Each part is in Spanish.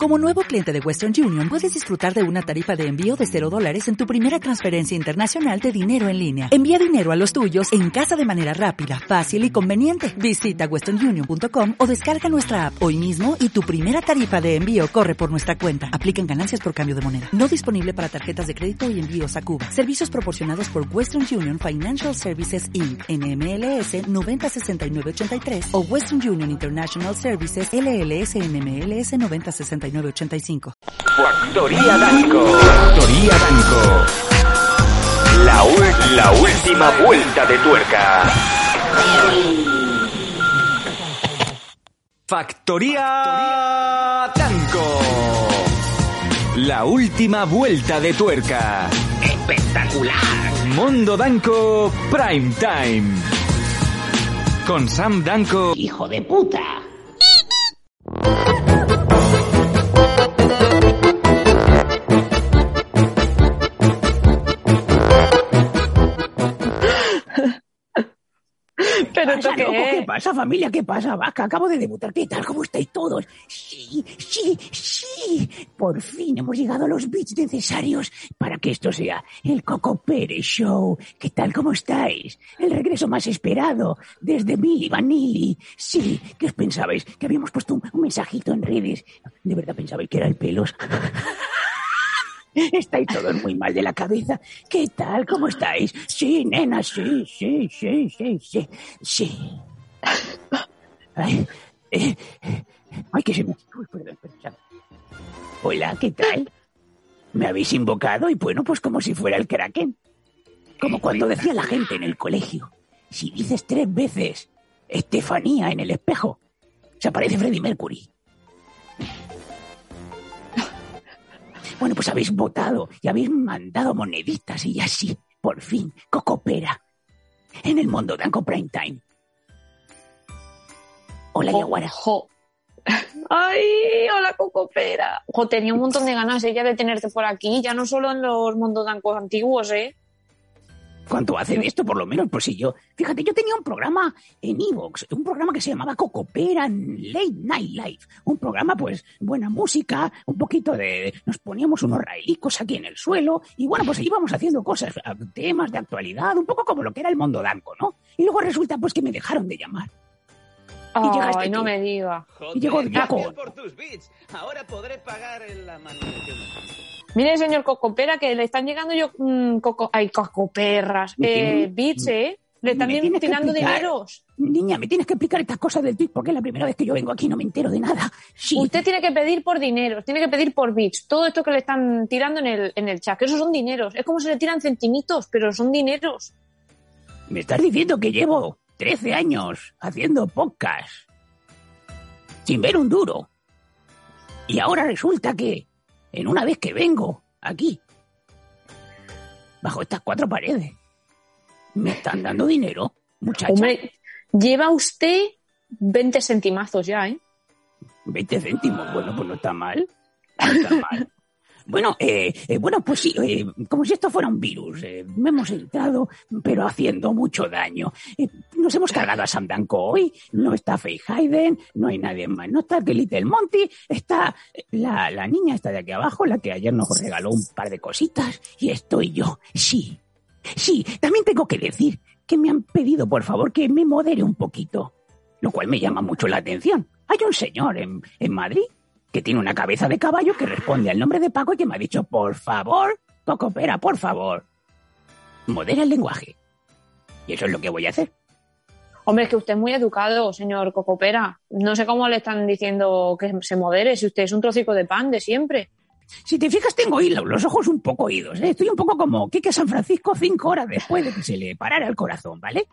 Como nuevo cliente de Western Union, puedes disfrutar de una tarifa de envío de $0 en tu primera transferencia internacional de dinero en línea. Envía dinero a los tuyos en casa de manera rápida, fácil y conveniente. Visita westernunion.com o descarga nuestra app hoy mismo y tu primera tarifa de envío corre por nuestra cuenta. Aplican ganancias por cambio de moneda. No disponible para tarjetas de crédito y envíos a Cuba. Servicios proporcionados por Western Union Financial Services Inc. NMLS 906983 o Western Union International Services LLS NMLS 906985. Factoría Danco. Factoría Danco. La última vuelta de tuerca. Factoría Danco. La última vuelta de tuerca. ¡Espectacular! Mundo Danco Prime Time. Con Sam Danco. ¡Hijo de puta! ¿Pero esto qué loco? es? ¿Qué pasa, familia? ¿Qué pasa, vaca? Acabo de debutar. ¿Qué tal? ¿Cómo estáis todos? Sí. Por fin hemos llegado a los bits necesarios para que esto sea el Coco Pérez Show. ¿Qué tal? ¿Cómo estáis? El regreso más esperado desde Milli Vanilli. Sí, ¿qué os pensabais? Que habíamos puesto un mensajito en redes. ¿De verdad pensabais que era el Pelos? Estáis todos muy mal de la cabeza. ¿Qué tal? ¿Cómo estáis? Sí, nena, sí. Ay, que se me... Uy, perdón. Hola, ¿qué tal? ¿Me habéis invocado? Y bueno, pues como si fuera el Kraken. Como cuando decía la gente en el colegio. Si dices 3 veces Estefanía en el espejo, se aparece Freddie Mercury. Bueno, pues habéis votado y habéis mandado moneditas y así, por fin, Cocopera. En el Mundo Danco Prime Time. Hola, Yaguara. ¡Ay, hola, Cocopera! Ojo, tenía un montón de ganas ella de tenerte por aquí, ya no solo en los Mundo Dancos antiguos, ¿eh? ¿Cuánto hace de esto, por lo menos? Pues si yo... Fíjate, yo tenía un programa en Evox, un programa que se llamaba Cocopera Late Night Live. Un programa, pues, buena música, un poquito de... Nos poníamos unos railicos aquí en el suelo y, bueno, pues íbamos haciendo cosas, temas de actualidad, un poco como lo que era el Mundo Danco, ¿no? Y luego resulta, pues, que me dejaron de llamar. Ay, no me diga. Y llegó Diaco. Por tus bits. Ahora podré pagar la manutención. Mire, señor Cocopera, que le están llegando cocoperras. Bits, ¿eh? Le están tirando dineros. Niña, me tienes que explicar estas cosas del bits porque es la primera vez que yo vengo aquí y no me entero de nada. Sí. Usted tiene que pedir por dineros, tiene que pedir por bits. Todo esto que le están tirando en el chat, que esos son dineros. Es como si le tiran centimitos, pero son dineros. Me estás diciendo que llevo 13 años haciendo podcast sin ver un duro. Y ahora resulta que en una vez que vengo aquí, bajo estas 4 paredes, me están dando dinero, muchacha. Hombre, lleva usted 20 centimazos ya, ¿eh? 20 céntimos, bueno, pues no está mal. No está mal. Bueno, pues sí, como si esto fuera un virus. Me hemos entrado, pero haciendo mucho daño. Nos hemos cargado a Sam Danco hoy, no está Faye Hayden, no hay nadie más, no está The Little Monty, está la niña esta de aquí abajo, la que ayer nos regaló un par de cositas, y estoy yo. Sí, también tengo que decir que me han pedido, por favor, que me modere un poquito, lo cual me llama mucho la atención. Hay un señor en Madrid que tiene una cabeza de caballo que responde al nombre de Paco y que me ha dicho, por favor, Cocopera, por favor, modera el lenguaje. Y eso es lo que voy a hacer. Hombre, es que usted es muy educado, señor Cocopera. No sé cómo le están diciendo que se modere si usted es un trocico de pan de siempre. Si te fijas, tengo los ojos un poco oídos, ¿eh? Estoy un poco como Quique San Francisco 5 horas después de que se le parara el corazón, ¿vale?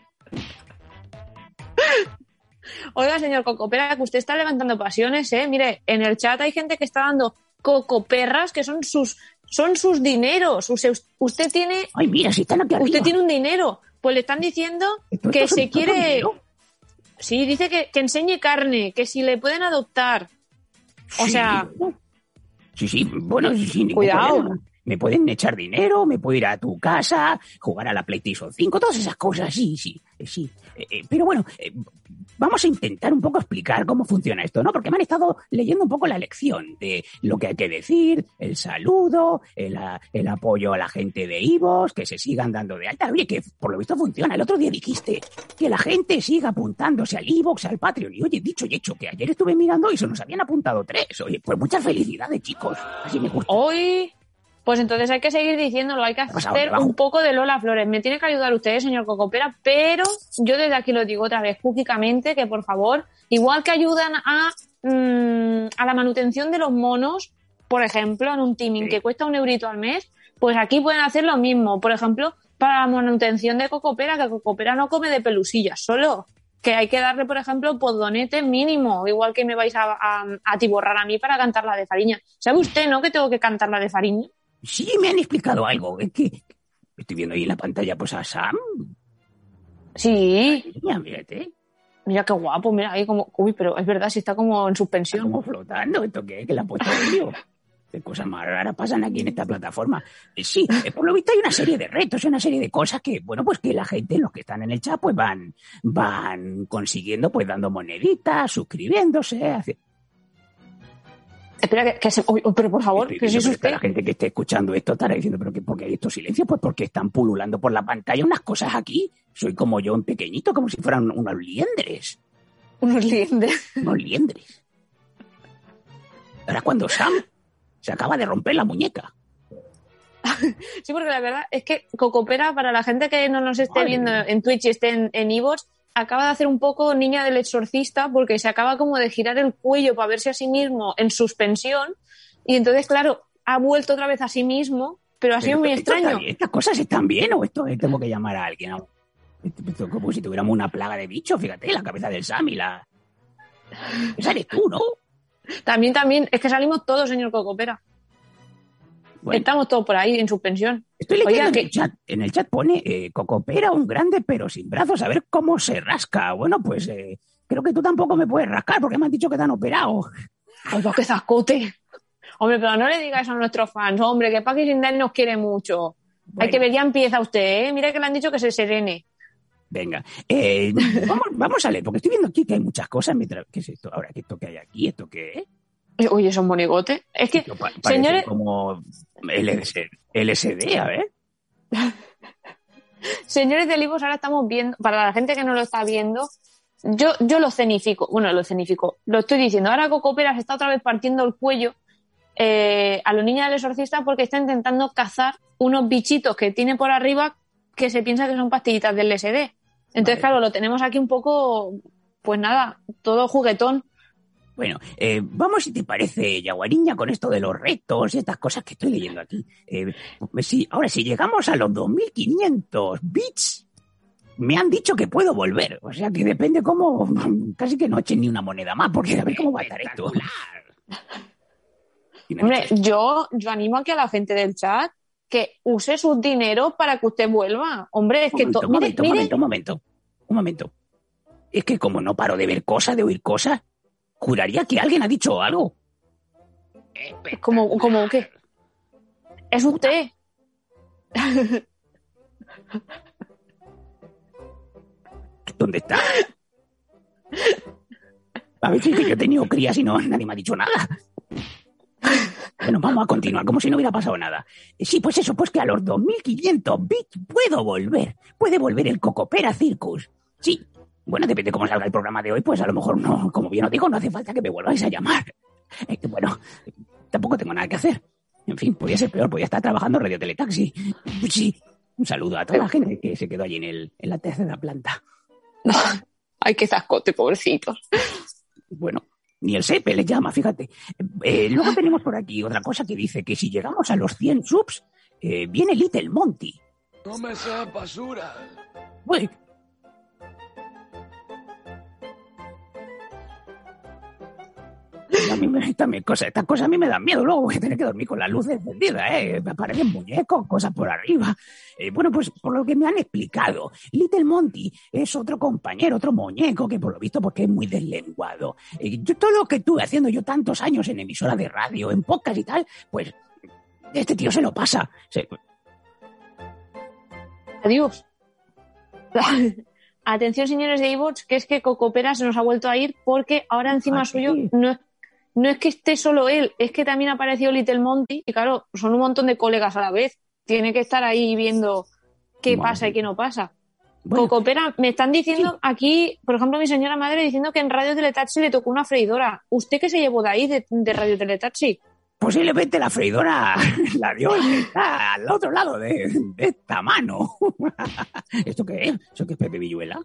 Oiga, señor Cocopera, que usted está levantando pasiones, ¿eh? Mire, en el chat hay gente que está dando cocoperras que son sus dineros. Usted tiene... Ay, mira, si están aquí arriba. Usted tiene un dinero. Pues le están diciendo que se quiere... Sí, dice que enseñe carne, que si le pueden adoptar. O sea... Sí, bueno, sin ningún cuidado. problema. Me pueden echar dinero, me puedo ir a tu casa, jugar a la PlayStation 5, todas esas cosas, sí. Pero bueno, vamos a intentar un poco explicar cómo funciona esto, ¿no? Porque me han estado leyendo un poco la lección de lo que hay que decir, el saludo, el apoyo a la gente de iVoox, que se sigan dando de alta. Oye, que por lo visto funciona. El otro día dijiste que la gente siga apuntándose al iVoox, al Patreon. Y oye, dicho y hecho, que ayer estuve mirando y se nos habían apuntado 3. Oye, pues muchas felicidades, chicos. Así me gusta. Hoy... Pues entonces hay que seguir diciéndolo, hay que hacer un poco de Lola Flores. Me tiene que ayudar usted, señor Cocopera, pero yo desde aquí lo digo otra vez, públicamente, que por favor, igual que ayudan a la manutención de los monos, por ejemplo, en un teaming que cuesta €1 al mes, pues aquí pueden hacer lo mismo. Por ejemplo, para la manutención de Cocopera, que Cocopera no come de pelusillas solo, que hay que darle, por ejemplo, podonete mínimo, igual que me vais a atiborrar a mí para cantar la de Fariña. ¿Sabe usted, no, que tengo que cantar la de Fariña? Sí, me han explicado algo. Es que estoy viendo ahí en la pantalla pues a Sam. Sí. Mira, mírate. Mira qué guapo, mira ahí como... Uy, pero es verdad, si está como en suspensión. Está como flotando. ¿Esto qué es? ¿Que la ha puesto frío? Qué cosas más raras pasan aquí en esta plataforma. Sí, por lo visto hay una serie de retos, una serie de cosas que, bueno, pues que la gente, los que están en el chat, pues van consiguiendo, pues dando moneditas, suscribiéndose, Espera, que se... pero por favor, que si es usted... La gente que esté escuchando esto estará diciendo, ¿pero por qué hay estos silencios? Pues porque están pululando por la pantalla unas cosas aquí. Soy como yo en pequeñito, como si fueran unos liendres. Unos liendres. Unos liendres. Ahora cuando Sam se acaba de romper la muñeca. Sí, porque la verdad es que Cocopera, para la gente que no nos esté viendo en Twitch y esté en iVoox, acaba de hacer un poco Niña del Exorcista, porque se acaba como de girar el cuello para verse a sí mismo en suspensión, y entonces, claro, ha vuelto otra vez a sí mismo, pero ha sido muy extraño. ¿Estas cosas están bien o esto tengo que llamar a alguien? Esto es como si tuviéramos una plaga de bichos, fíjate, la cabeza del Sam y la... Esa eres tú, ¿no? También, es que salimos todos, señor Cocopera. Bueno, estamos todos por ahí en suspensión. Estoy leyendo en el chat pone Cocopera, un grande pero sin brazos, a ver cómo se rasca. Bueno, pues creo que tú tampoco me puedes rascar porque me han dicho que te han operado. Ay, qué zascote. Hombre, pero no le digas eso a nuestros fans, hombre, que Paqui Sindel nos quiere mucho. Bueno. Hay que ver, ya empieza usted, ¿eh? Mira que le han dicho que se serene. Venga, vamos a leer, porque estoy viendo aquí que hay muchas cosas. ¿Qué es esto? Ahora, ¿esto que hay aquí? ¿Esto qué es? Oye, son monigotes. Es que, señores... como LSD, a ver. Señores del iVoox, ahora estamos viendo, para la gente que no lo está viendo, yo lo cenifico. Bueno, lo estoy diciendo. Ahora Cocopera se está otra vez partiendo el cuello a los niños del exorcista porque está intentando cazar unos bichitos que tiene por arriba que se piensa que son pastillitas del LSD. Entonces, vale. Claro, lo tenemos aquí un poco, pues nada, todo juguetón. Bueno, vamos, si te parece, Yaguariña, con esto de los retos y estas cosas que estoy leyendo aquí. Ahora, si llegamos a los 2.500 bits, me han dicho que puedo volver. O sea, que depende cómo... Casi que no echen ni una moneda más, porque a ver cómo va a estar esto. Hombre, yo animo aquí a la gente del chat que use sus dineros para que usted vuelva. Hombre, es que... Un momento. Es que como no paro de ver cosas, de oír cosas... Juraría que alguien ha dicho algo. ¿Cómo qué? Es usted. ¿Dónde está? A ver si yo he tenido crías y nadie me ha dicho nada. Bueno, vamos a continuar, como si no hubiera pasado nada. Sí, pues eso, pues que a los 2.500 bits puedo volver. Puede volver el Cocopera Circus. Sí. Bueno, depende de cómo salga el programa de hoy, pues a lo mejor no, como bien os digo, no hace falta que me vuelváis a llamar. Bueno, tampoco tengo nada que hacer. En fin, podía ser peor, podía estar trabajando en Radio Teletaxi. Sí, un saludo a toda la gente que se quedó allí en la tercera planta. Ay, qué zascote, pobrecitos. Bueno, ni el SEPE les llama, fíjate. Luego tenemos por aquí otra cosa que dice que si llegamos a los 100 subs, viene Little Monty. No me seas basura. Bueno, estas cosas a mí me dan miedo. Luego voy a tener que dormir con la luz encendida, me aparecen muñecos, cosas por arriba. Bueno, pues por lo que me han explicado, Little Monty es otro compañero, otro muñeco que por lo visto porque es muy deslenguado. Todo lo que estuve haciendo yo tantos años en emisoras de radio, en podcast y tal, pues este tío se lo pasa. atención señores de iVoox, que es que Cocopera se nos ha vuelto a ir porque ahora encima suyo no es que esté solo él, es que también ha aparecido Little Monty y claro, son un montón de colegas a la vez. Tiene que estar ahí viendo qué pasa y qué no pasa. Bueno, Cocopera, me están diciendo aquí, por ejemplo, mi señora madre diciendo que en Radio Teletaxi le tocó una freidora. ¿Usted qué se llevó de ahí, de Radio Teletaxi? Posiblemente la freidora la dio el que está al otro lado de esta mano. ¿Esto qué es? ¿Eso qué es Pepe Villuela?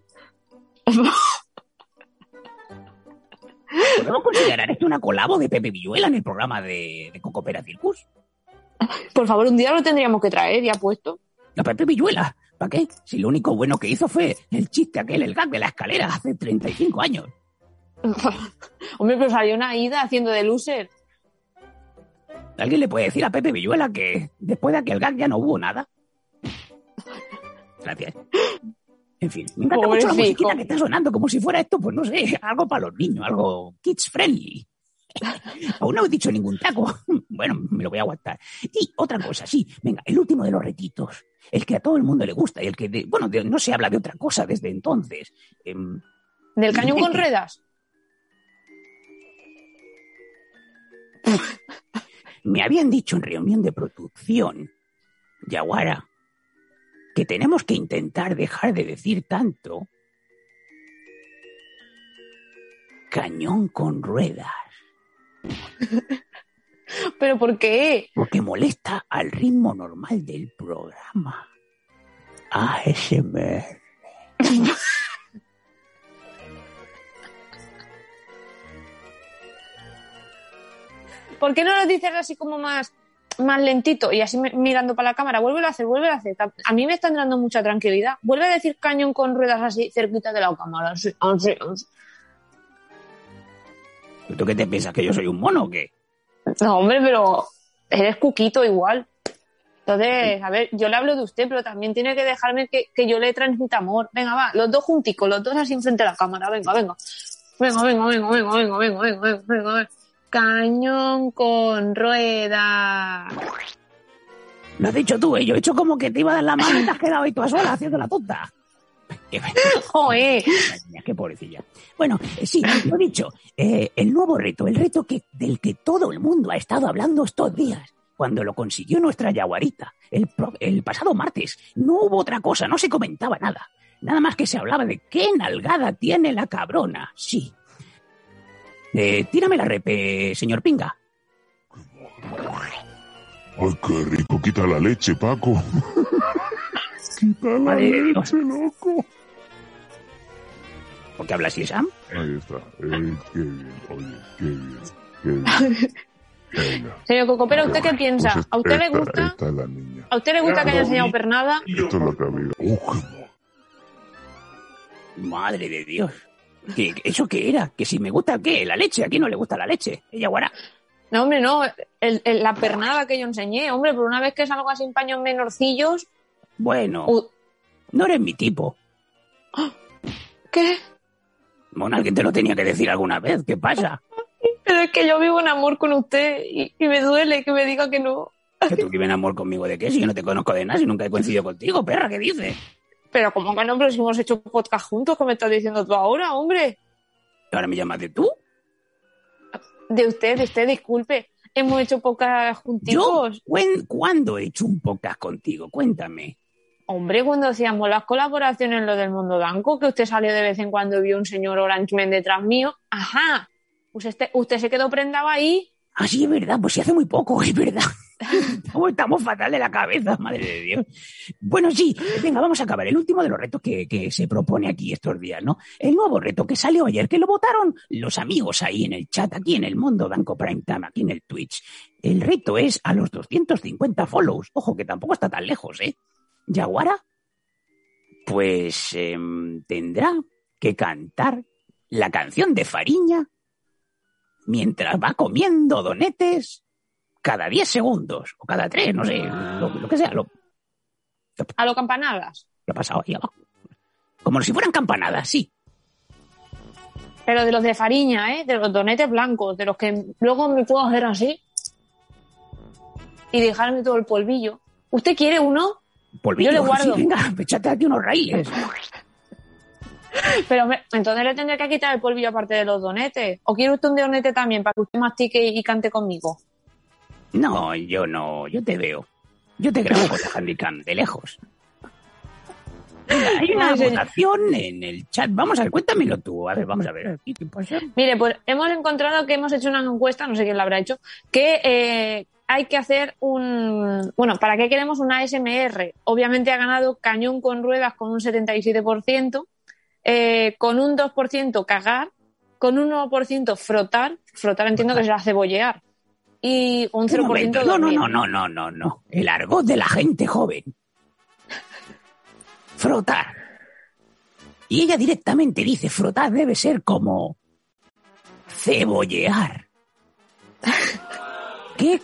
¿Podemos considerar esto una colabo de Pepe Villuela en el programa de Cocopera Circus? Por favor, un día lo tendríamos que traer, ya puesto. ¿La Pepe Villuela? ¿Para qué? Si lo único bueno que hizo fue el chiste aquel, el gag de la escalera hace 35 años. Hombre, pero salió una ida haciendo de loser. ¿Alguien le puede decir a Pepe Villuela que después de aquel gag ya no hubo nada? Gracias. En fin, me encanta mucho la musiquita que está sonando, como si fuera esto, pues no sé, algo para los niños, algo kids friendly. Aún no he dicho ningún taco. Bueno, me lo voy a aguantar. Y otra cosa, sí, venga, el último de los retitos. El que a todo el mundo le gusta y el que, no se habla de otra cosa desde entonces. ¿Del cañón con ruedas? Me habían dicho en reunión de producción, Yaguara, que tenemos que intentar dejar de decir tanto cañón con ruedas. ¿Pero por qué? Porque molesta al ritmo normal del programa. ASMR. ¿Por qué no lo dices así como más lentito y así mirando para la cámara? Vuelve a hacer. A mí me está dando mucha tranquilidad. Vuelve a decir cañón con ruedas así cerquita de la cámara. Así. ¿Tú qué te piensas? ¿Que yo soy un mono o qué? No, hombre, pero eres cuquito igual. Entonces, a ver, yo le hablo de usted, pero también tiene que dejarme que yo le transmita amor. Venga, va, los dos junticos, los dos así enfrente de la cámara. Venga. Cañón con rueda. Lo has dicho tú, ¿eh? Yo he hecho como que te iba a dar la mano y te has quedado ahí tú a sola haciendo la tonta. ¡Joder! ¡Qué pobrecilla! Bueno, sí, lo dicho, el nuevo reto, el reto del que todo el mundo ha estado hablando estos días, cuando lo consiguió nuestra yaguarita, el pasado martes, no hubo otra cosa, no se comentaba nada. Nada más que se hablaba de qué nalgada tiene la cabrona, sí. Tírame la repe, señor Pinga. ¡Ay, qué rico! Quita la leche, Paco. Quita la leche, loco. ¿Por qué habla así, Sam? Ahí está. Qué bien. Oye, qué bien. Venga. Señor Cocopera, ¿usted qué piensa? Pues ¿A usted le gusta? Esta es la niña. ¿A usted le gusta que haya enseñado pernada? Esto es lo que había. Madre de Dios. ¿Eso qué era? ¿Que si me gusta qué? ¿La leche? ¿A quién no le gusta la leche? Ella guará. No, hombre, no. La pernada que yo enseñé, hombre, por una vez que salgo así en paños menorcillos. Bueno, no eres mi tipo. ¿Qué? Bueno, alguien te lo tenía que decir alguna vez. ¿Qué pasa? Pero es que yo vivo en amor con usted y me duele que me diga que no. ¿Que tú vives en amor conmigo de qué? Si yo no te conozco de nada, si nunca he coincidido contigo, perra, ¿qué dices? Pero como que no, pero si hemos hecho podcast juntos, ¿qué me estás diciendo tú ahora, hombre? ¿Ahora me llamas de tú? De usted, disculpe. Hemos hecho podcast junticos. ¿Cuándo he hecho un podcast contigo? Cuéntame. Hombre, cuando hacíamos las colaboraciones en lo del Mundo Blanco, que usted salió de vez en cuando y vio un señor Orange Man detrás mío. Ajá. Pues usted se quedó prendado ahí. Ah, sí, es verdad. Pues sí, hace muy poco, es verdad. Estamos fatal de la cabeza, madre de Dios. Bueno, sí, venga, vamos a acabar. El último de los retos que se propone aquí estos días, ¿no? El nuevo reto que salió ayer, que lo votaron los amigos ahí en el chat, aquí en el Mundo Blanco Prime Time, aquí en el Twitch. El reto es a los 250 follows. Ojo, que tampoco está tan lejos, ¿eh? Yaguara, pues tendrá que cantar la canción de Fariña mientras va comiendo donetes cada 10 segundos, o cada 3, no sé, lo que sea. A lo campanadas. ¿Qué ha pasado ahí abajo? Como si fueran campanadas, sí. Pero de los de Fariña, ¿eh? De los donetes blancos, de los que luego me puedo hacer así y dejarme todo el polvillo. ¿Usted quiere uno? Polvillo, yo le guardo. Sí, venga, échate aquí unos raíles. Pero entonces le tendré que quitar el polvillo aparte de los donetes. ¿O quiere usted un donete también para que usted mastique y cante conmigo? No, yo no. Yo te veo. Yo te grabo con la Handycam de lejos. Venga, hay una votación en el chat. Vamos a ver, cuéntamelo tú. A ver, vamos a ver. ¿Qué pasa? Mire, pues hemos encontrado que hemos hecho una encuesta, no sé quién la habrá hecho, que hay que hacer Bueno, ¿para qué queremos una ASMR? Obviamente ha ganado Cañón con Ruedas con un 77%, con un 2% cagar, con un 1% frotar entiendo que será cebollear, y un 0% dormir. No. El argot de la gente joven. Frotar. Y ella directamente dice, frotar debe ser como cebollear. ¿Qué?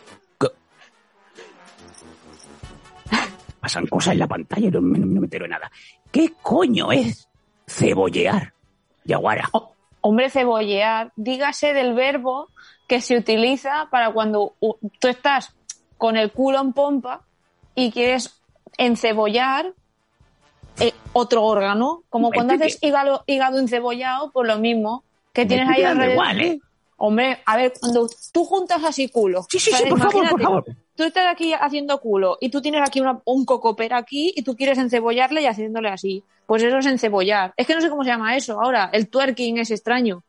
Pasan cosas en la pantalla y no me entero de nada. ¿Qué coño es cebollear, Yaguara? Hombre, cebollear, dígase del verbo que se utiliza para cuando tú estás con el culo en pompa y quieres encebollar otro órgano, como cuando haces hígado encebollado, pues lo mismo, que tienes ahí alrededor. Igual, ¿eh? Hombre, a ver, cuando tú juntas así culo. Sí, por favor. Tú estás aquí haciendo culo y tú tienes aquí un cocopera aquí y tú quieres encebollarle y haciéndole así. Pues eso es encebollar. Es que no sé cómo se llama eso ahora. El twerking es extraño.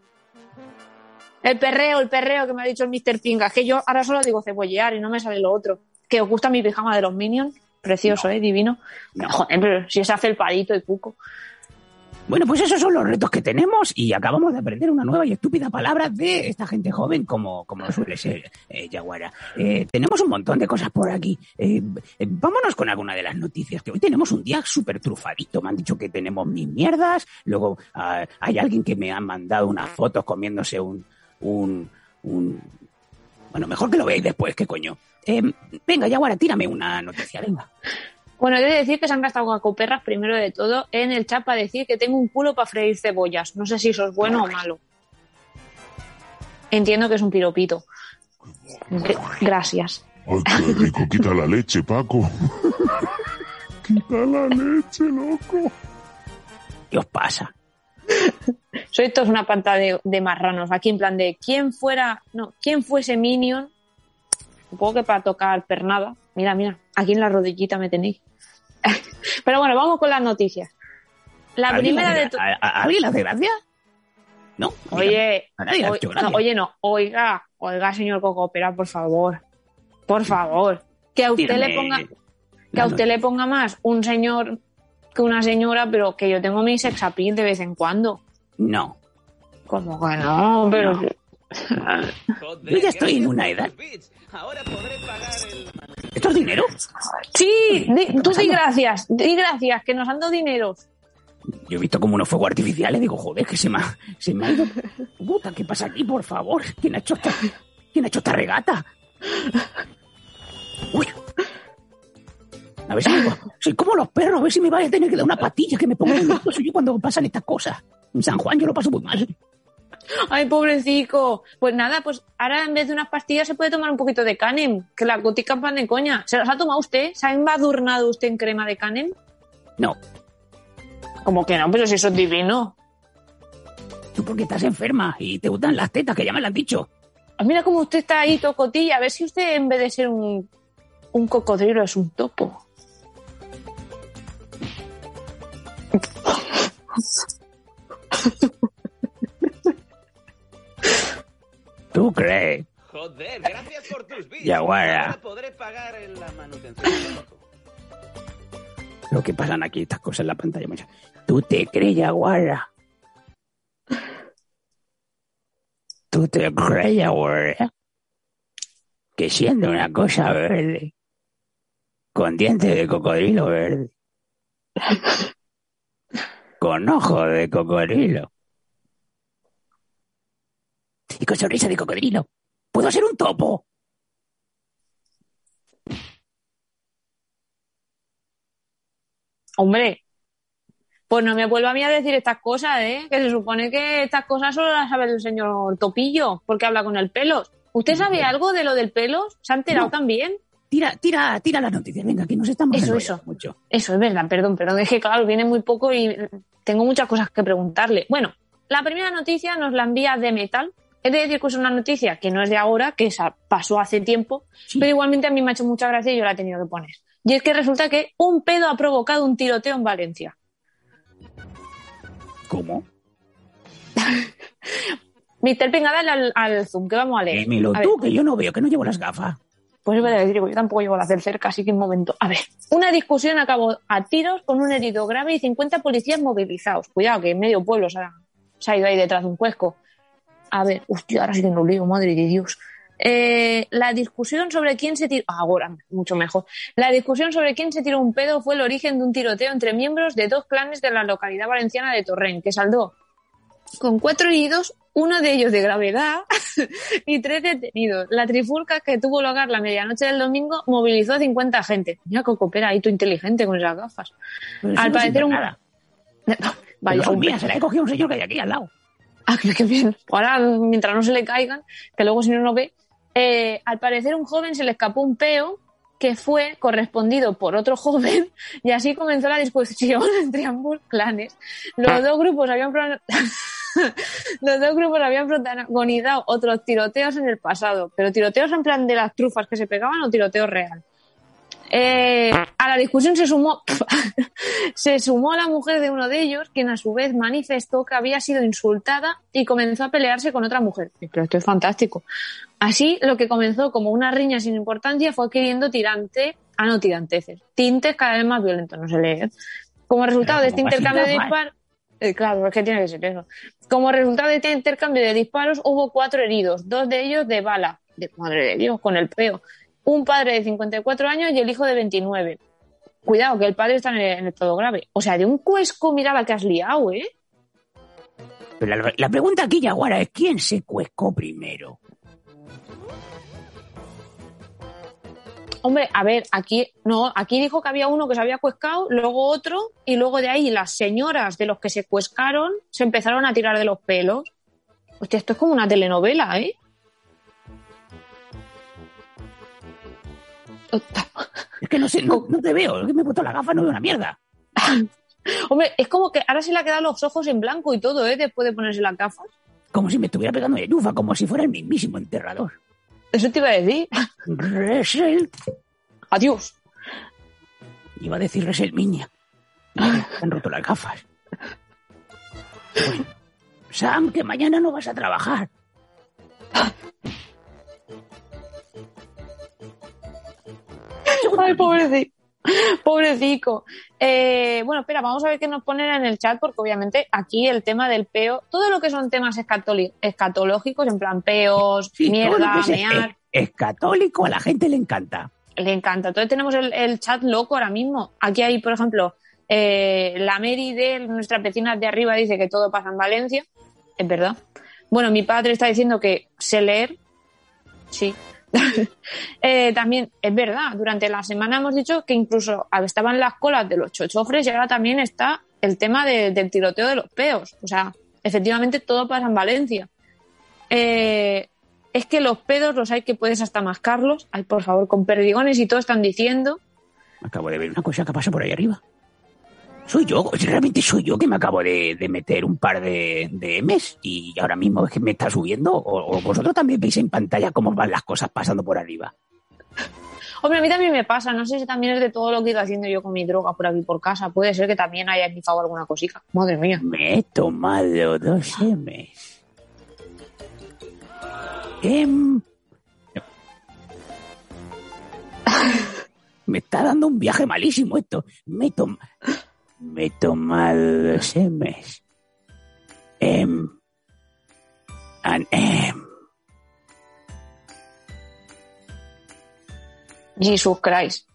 El perreo que me ha dicho el Mr. Pinga. Es que yo ahora solo digo cebollear y no me sale lo otro. ¿Que os gusta mi pijama de los Minions? Precioso, No. Divino. No. Joder, pero si es afelpadito y cuco. Bueno, pues esos son los retos que tenemos y acabamos de aprender una nueva y estúpida palabra de esta gente joven como suele ser, Yaguara. Tenemos un montón de cosas por aquí. Vámonos con alguna de las noticias, que hoy tenemos un día súper trufadito. Me han dicho que tenemos mil mierdas. Luego hay alguien que me ha mandado unas fotos comiéndose un... Bueno, mejor que lo veáis después, ¿qué coño? Venga, Yaguara, tírame una noticia, venga. Bueno, he de decir que se han gastado cacoperras, primero de todo, en el chat para decir que tengo un culo para freír cebollas. No sé si eso es bueno o malo. Entiendo que es un piropito. Gracias. Ay, qué rico. Quita la leche, Paco. Quita la leche, loco. ¿Qué os pasa? Esto es una panta de marranos. Aquí en plan de ¿quién fuese Minion? Supongo que para tocar pernada. Mira, aquí en la rodillita me tenéis. Pero bueno, vamos con las noticias. La primera de todas. ¿Alguien le hace gracia? No. Oye, a nadie le ha hecho gracia. no. Oiga, señor Cocopera, por favor. Por favor. Que a usted le ponga más un señor que una señora, pero que yo tengo mi sex appeal de vez en cuando. No. ¿Cómo que no? Pero... No. Yo ya estoy en una edad. Ahora podré pagar el... ¿Esto es dinero? Sí, tú di gracias, que nos han dado dinero. Yo he visto como unos fuegos artificiales, digo, joder, que se me ha ido. Puta, ¿qué pasa aquí, por favor? ¿Quién ha hecho esta regata? Uy. A ver si soy como los perros, a ver si me vaya a tener que dar una patilla que me ponga nervioso yo cuando pasan estas cosas. En San Juan yo lo paso muy mal. Ay, pobrecito. Pues nada, pues ahora en vez de unas pastillas se puede tomar un poquito de Canem, que las goticas van de coña. ¿Se las ha tomado usted? ¿Se ha embadurnado usted en crema de Canem? No. ¿Cómo que no? Pero si eso es divino. Tú porque estás enferma y te gustan las tetas, que ya me lo han dicho. Mira cómo usted está ahí tocotilla. A ver si usted en vez de ser un cocodrilo es un topo. ¿Tú crees? Joder, gracias por tus bits. Yaguara. Ahora podré pagar la manutención del auto. Lo que pasan aquí, estas cosas en la pantalla. ¿Tú te crees, Yaguara? ¿Tú te crees, Yaguara? Que siendo una cosa verde, con dientes de cocodrilo verde, con ojos de cocodrilo y con sonrisa de cocodrilo, ¿puedo ser un topo? Hombre, pues no me vuelva a mí a decir estas cosas, ¿eh? Que se supone que estas cosas solo las sabe el señor Topillo, porque habla con el Pelos. ¿Usted sabe algo de lo del Pelos? ¿Se ha enterado también? tira las noticias, venga, que nos estamos Eso. mucho. Eso, es verdad, perdón, es que claro, viene muy poco y tengo muchas cosas que preguntarle. Bueno, la primera noticia nos la envía de Metal. Es de decir que es una noticia que no es de ahora, que pasó hace tiempo, sí. Pero igualmente a mí me ha hecho mucha gracia y yo la he tenido que poner. Y es que resulta que un pedo ha provocado un tiroteo en Valencia. ¿Cómo? Mr. Pinga, dale al zoom, que vamos a leer. Dímelo tú, que yo no veo, que no llevo las gafas. Pues voy a decir, yo tampoco llevo la cerca, así que un momento. A ver, una discusión acabó a tiros con un herido grave y 50 policías movilizados. Cuidado, que medio pueblo se ha ido ahí detrás de un cuesco. A ver, hostia, ahora sí que no leo, madre de Dios. La discusión sobre quién se tiró... Ahora, mucho mejor. La discusión sobre quién se tiró un pedo fue el origen de un tiroteo entre miembros de 2 clanes de la localidad valenciana de Torrent, que saldó con 4 heridos, uno de ellos de gravedad y 3 detenidos. La trifulca que tuvo lugar la medianoche del domingo movilizó a 50 gente. Mira, Cocopera, ahí tú inteligente con esas gafas. Al parecer nada. Vaya, mía, se la he cogido un señor que hay aquí al lado. Ah, qué bien. Ahora, mientras no se le caigan, que luego si no ve. Al parecer un joven se le escapó un peo que fue correspondido por otro joven y así comenzó la discusión entre ambos clanes. Los dos grupos habían protagonizado otros tiroteos en el pasado, pero tiroteos en plan de las trufas que se pegaban o tiroteo real. A la discusión se sumó la mujer de uno de ellos, quien a su vez manifestó que había sido insultada y comenzó a pelearse con otra mujer. Pero esto es fantástico. Así, lo que comenzó como una riña sin importancia fue adquiriendo tintes cada vez más violentos, no se lee. Como resultado de este intercambio de disparos... claro, es que tiene que ser eso. Como resultado de este intercambio de disparos hubo 4 heridos, 2 de ellos de bala. Madre de Dios, con el peo. Un padre de 54 años y el hijo de 29. Cuidado, que el padre está en estado grave. O sea, de un cuesco, mira la que has liado, ¿eh? Pero la pregunta aquí, Yaguara, es ¿quién se cuescó primero? Hombre, a ver, aquí dijo que había uno que se había cuescado, luego otro, y luego de ahí las señoras de los que se cuescaron se empezaron a tirar de los pelos. Hostia, esto es como una telenovela, ¿eh? Es que no sé, no te veo, es que me he puesto la gafa, no veo una mierda. Hombre, es como que ahora se le ha quedado los ojos en blanco y todo, ¿eh? Después de ponerse las gafas. Como si me estuviera pegando de yufa, como si fuera el mismísimo enterrador. Eso te iba a decir. Resel. Adiós. Iba a decir Resel Miña. Me han roto las gafas. Bueno, Sam, que mañana no vas a trabajar. Ay, pobrecico. Bueno, espera, vamos a ver qué nos ponen en el chat, porque obviamente aquí el tema del peo, todo lo que son temas escatológicos, en plan peos, sí, mierda, mear. Escatólico a la gente le encanta. Le encanta. Entonces tenemos el chat loco ahora mismo. Aquí hay, por ejemplo, la Mary de nuestras vecinas de arriba dice que todo pasa en Valencia. Es verdad. Bueno, mi padre está diciendo que sé leer. Sí. También es verdad, durante la semana hemos dicho que incluso estaban las colas de los chochofres y ahora también está el tema del tiroteo de los peos. O sea, efectivamente todo pasa en Valencia. Es que los pedos los hay que puedes hasta mascarlos. Ay, por favor, con perdigones y todo están diciendo. Acabo de ver una cosa que pasa por ahí arriba. Realmente soy yo que me acabo de meter un par de M's y ahora mismo es que me está subiendo. O vosotros también veis en pantalla cómo van las cosas pasando por arriba. Hombre, a mí también me pasa. No sé si también es de todo lo que he ido haciendo yo con mi droga por aquí por casa. Puede ser que también haya equipado alguna cosica. Madre mía. Me he tomado 2 M's. Me está dando un viaje malísimo esto. Me he tomado 2 M's. Jesus Christ.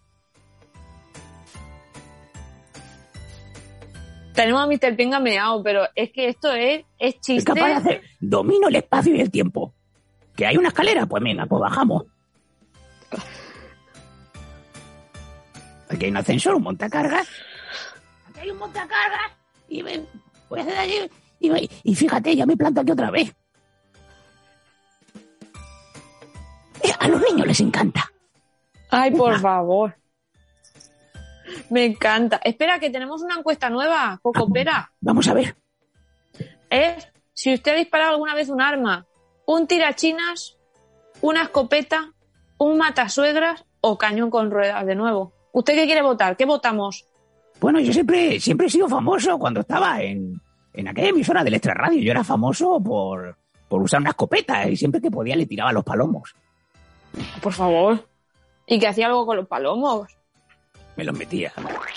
Tenemos a Mr. Pinga meao, pero es que esto es chiste. Es capaz de hacer. Domino el espacio y el tiempo. ¿Que hay una escalera? Pues venga, pues bajamos. Aquí hay un ascensor, un montacargas. Aquí hay un montacargas. Y voy a hacer allí. Y fíjate, ya me planto aquí otra vez. A los niños les encanta. Ay, por favor. Me encanta. Espera, que tenemos una encuesta nueva, Cocopera. Vamos a ver. Es si usted ha disparado alguna vez un arma, un tirachinas, una escopeta, un matasuegras o cañón con ruedas, de nuevo. ¿Usted qué quiere votar? ¿Qué votamos? Bueno, yo siempre he sido famoso cuando estaba en aquella emisora del Extra Radio. Yo era famoso por usar una escopeta y siempre que podía le tiraba los palomos. Por favor. ¿Y que hacía algo con los palomos? Me los metía.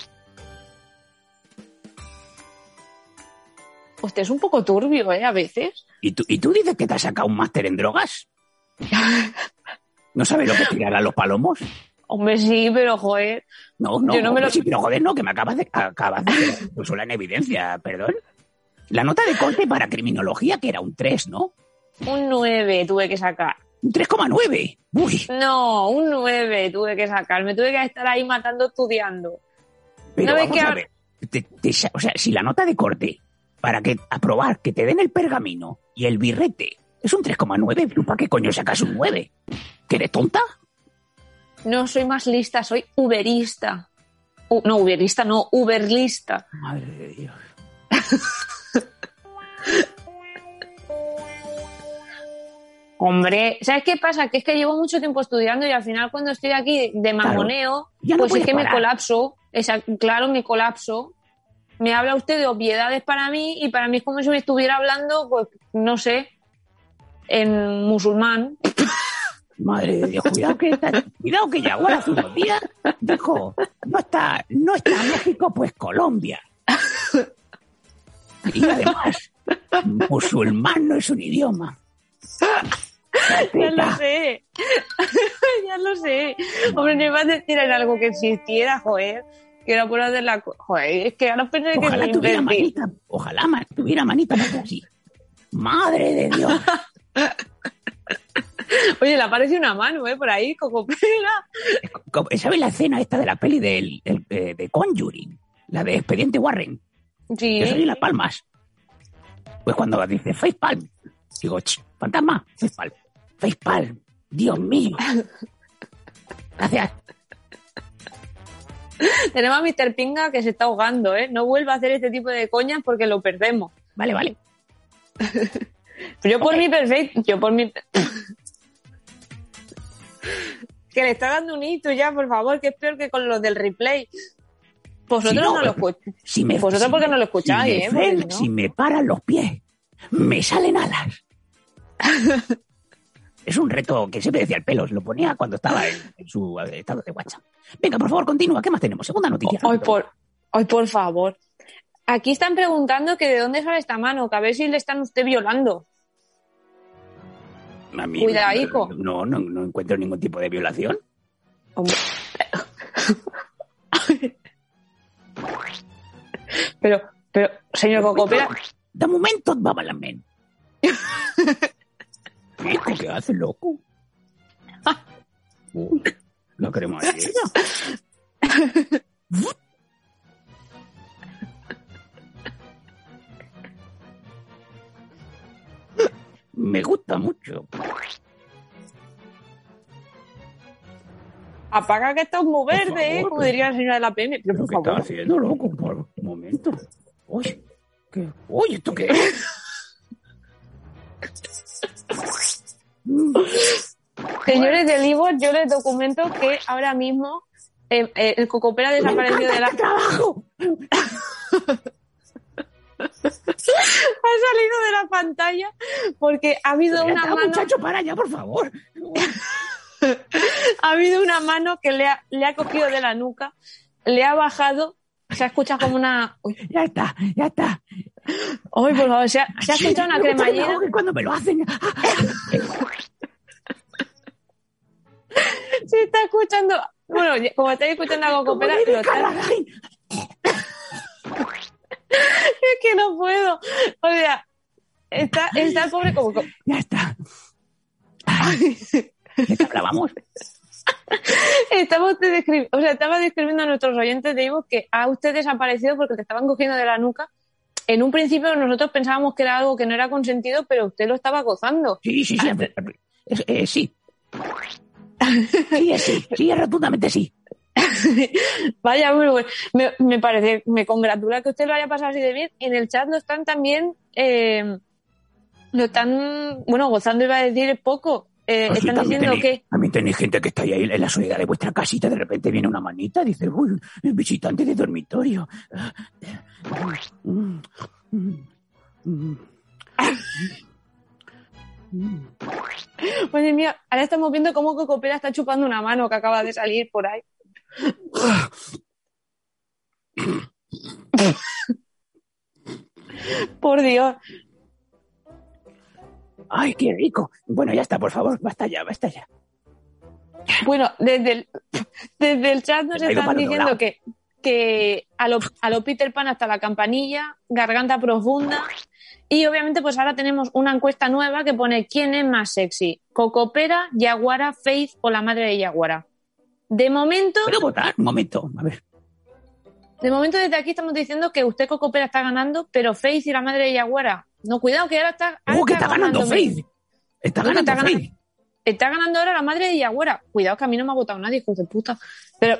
Usted es un poco turbio, a veces. ¿Y tú dices que te has sacado un máster en drogas? ¿No sabes lo que tirar a los palomos? Hombre, sí, pero joder. No, yo no me lo... sí, pero joder, no, que me acabas de sola en evidencia, perdón. La nota de corte para criminología, que era un 3, ¿no? Un 9 tuve que sacar. Un 3,9. Uy. No, un 9 tuve que sacar. Me tuve que estar ahí matando estudiando. Pero ¿no ves vamos que a ver. O sea, si la nota de corte para aprobar que te den el pergamino y el birrete es un 3,9, ¿tú para qué coño sacas un 9? ¿Que eres tonta? No, soy más lista, soy uberista. No, uberista no, uberlista. Madre de Dios. Hombre, ¿sabes qué pasa? Que es que llevo mucho tiempo estudiando y al final cuando estoy aquí de mamoneo, claro, pues es que parar. me colapso. Claro, me colapso. Me habla usted de obviedades para mí y para mí es como si me estuviera hablando, pues, no sé, en musulmán. Madre de Dios, cuidado que Yaguara hace unos días dijo, no está México, pues Colombia. Y además, musulmán no es un idioma. Ya lo sé. Ya lo sé. Hombre, no iba a decir en algo que existiera, joder. Que era por hacer la... Joder, es que ahora pensé que... Ojalá tuviera manita así. Madre de Dios. Oye, le aparece una mano, por ahí, Cocopera. ¿Sabes la escena esta de la peli de Conjuring? La de Expediente Warren. Sí. Que soy Las Palmas. Pues cuando dice facepalm, digo, fantasma, facepalm. Dios mío. Gracias. Tenemos a Mr. Pinga que se está ahogando, No vuelva a hacer este tipo de coñas porque lo perdemos. Vale. Yo por mi perfecto, que le está dando un hito ya, por favor, que es peor que con los del replay. Vosotros no lo escucháis. Vosotros porque no lo escucháis, Si me paran los pies, me salen alas. Es un reto que siempre decía el Pelos, lo ponía cuando estaba en su estado de WhatsApp. Venga, por favor, continúa. ¿Qué más tenemos? Segunda noticia. Ay, por favor. Aquí están preguntando que de dónde sale esta mano, que a ver si le están usted violando. A mí, cuidadico. No encuentro ningún tipo de violación. Hombre. Pero, señor Cocopera... De momento, babalament. ¿Qué hace, loco? La cremallera. Me gusta mucho. Apaga que esto es muy verde, como diría la señora de la PM. Pero ¿qué está haciendo, loco? Por un momento. Oye, ¿esto qué es? Señores del Ivo, yo les documento que ahora mismo el Cocopera ha desaparecido de la... ¡Trabajo! Ha salido de la pantalla porque ha habido una mano... Muchacho, para ya, por favor. Ha habido una mano que le ha cogido de la nuca, le ha bajado, se ha escuchado como una... Uy. Ya está. Ay, por favor, se ha escuchado una cremallera. Cuando me lo hacen... Se está escuchando... Bueno, como estáis escuchando a Cocopera... Es que no puedo. O sea, está el pobre como... Ya está. ¿De qué hablábamos? Estaba describiendo a nuestros oyentes de Ivo que ha usted desaparecido porque te estaban cogiendo de la nuca. En un principio nosotros pensábamos que era algo que no era consentido, pero usted lo estaba gozando. Sí. Sí. Sí, es rotundamente sí. Vaya, bueno, me parece, me congratula que usted lo haya pasado así de bien. En el chat lo están también, gozando, iba a decir poco. Están diciendo que... También tenéis gente que está ahí en la soledad de vuestra casita, de repente viene una manita y dice, uy, el visitante de dormitorio. Oye, mía, ahora estamos viendo cómo Cocopera está chupando una mano que acaba de salir por ahí. Por Dios. ¡Ay, qué rico! Bueno, ya está, por favor, basta ya. Bueno, desde el chat nos están diciendo que a lo Peter Pan hasta la campanilla, garganta profunda. Y obviamente pues ahora tenemos una encuesta nueva que pone ¿quién es más sexy? ¿Cocopera, Yaguara, Faith o la madre de Yaguara? De momento... ¿Puedo votar? Un momento, a ver. De momento desde aquí estamos diciendo que usted Cocopera está ganando, pero Faith y la madre de Yaguara... No, cuidado, que ahora está... que está ganando Faith. Está ganando ahora la madre de Yaguara. Cuidado, que a mí no me ha votado nadie, hijo de puta. Pero...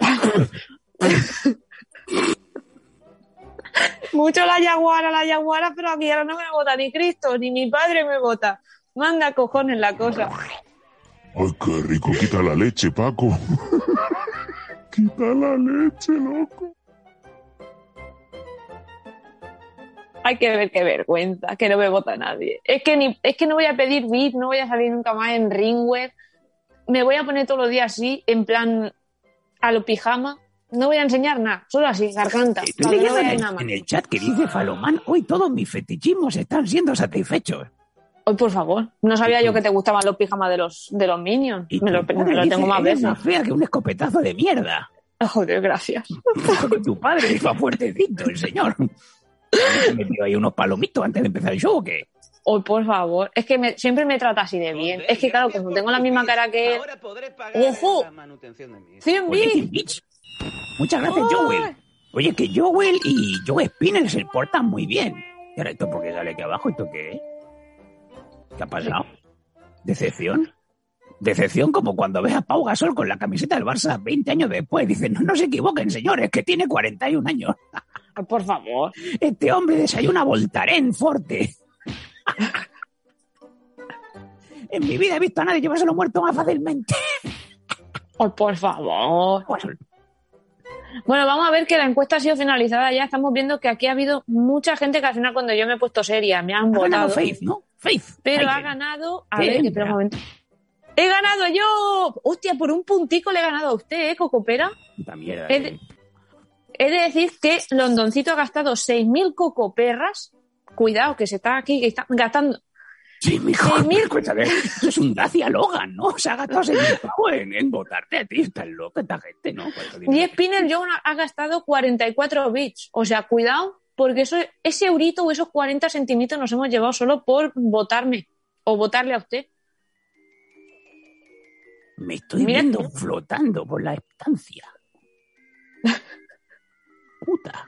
Mucho la Yaguara, pero a mí ahora no me vota ni Cristo, ni mi padre me vota. Manda cojones la cosa. Ay, qué rico, quita la leche, Paco. Quita la leche, loco. Hay que ver qué vergüenza, que no me vota nadie. Es que no voy a pedir beat, no voy a salir nunca más en Ringware. Me voy a poner todos los días así, en plan a lo pijama. No voy a enseñar nada, solo así, garganta. Estoy leyendo en el chat que dice Falomán, hoy todos mis fetichismos están siendo satisfechos. Hoy, por favor, no sabía yo que te gustaban los pijamas de los Minions. Me lo tengo más veces. Es más fea que un escopetazo de mierda. Joder, gracias. Tu padre iba fuertecito, el señor. ¿Me metió ahí unos palomitos antes de empezar el show o qué? Hoy, por favor, es que siempre me trata así de bien. Es que claro, como tengo la misma cara que él... ¡Ojo! 100 bits. Muchas gracias, Joel. Oye, que Joel y Joe Spinner se portan muy bien. ¿Y ahora esto por qué sale aquí abajo? ¿Esto qué es? ¿Qué ha pasado? ¿Decepción? Decepción como cuando ves a Pau Gasol con la camiseta del Barça 20 años después. Dicen, no se equivoquen, señores, que tiene 41 años. Por favor. Este hombre desayuna Voltaren Forte. En mi vida he visto a nadie llevárselo muerto más fácilmente. Por favor. Bueno, vamos a ver que la encuesta ha sido finalizada ya. Estamos viendo que aquí ha habido mucha gente que al final cuando yo me he puesto seria me han votado. Faith, ¿no? Faith. Pero ha ganado... A ver, espera un momento. ¡He ganado yo! Hostia, por un puntico le he ganado a usted, Cocopera. Puta mierda. He de decir que Londoncito ha gastado 6.000 cocoperras. Cuidado, que se está aquí que está gastando... Sí, mijo, escúchame, eso es un Dacia Logan, ¿no? Se ha gastado 6.000 pavos en votarte a ti, está loca esta gente, ¿no? Y Spinner John ha gastado 44 bits. O sea, cuidado, porque ese eurito o esos 40 centimitos nos hemos llevado solo por votarme o votarle a usted. Me estoy viendo flotando por la estancia. Puta.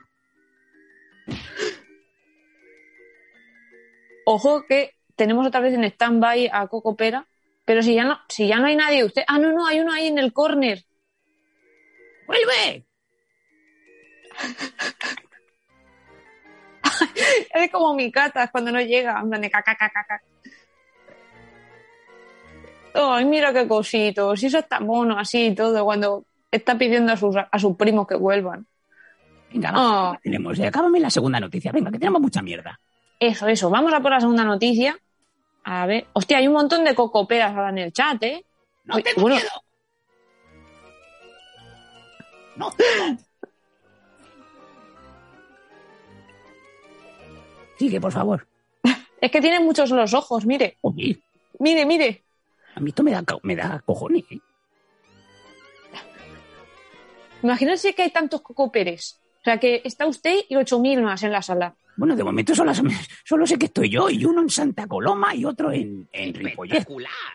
Ojo que tenemos otra vez en stand-by a Cocopera, pero si ya no hay nadie, usted... Ah, no, hay uno ahí en el córner. ¡Vuelve! Es como mi cata cuando no llega, andan de caca. Ay, mira qué cosito, si eso está mono así y todo, cuando está pidiendo a sus primos que vuelvan. Venga, va, tenemos. Acábame la segunda noticia, venga, que tenemos mucha mierda. Eso, vamos a por la segunda noticia. A ver, hostia, hay un montón de cocoperas ahora en el chat, ¿eh? No tengo miedo. No. Sigue, por favor. Es que tiene muchos los ojos, mire. Oye. Mire. A mí esto me da cojones, ¿eh? Imagínense que hay tantos cocoperes. O sea, que está usted y 8.000 más en la sala. Bueno, de momento solo sé que estoy yo y uno en Santa Coloma y otro en Ripollet.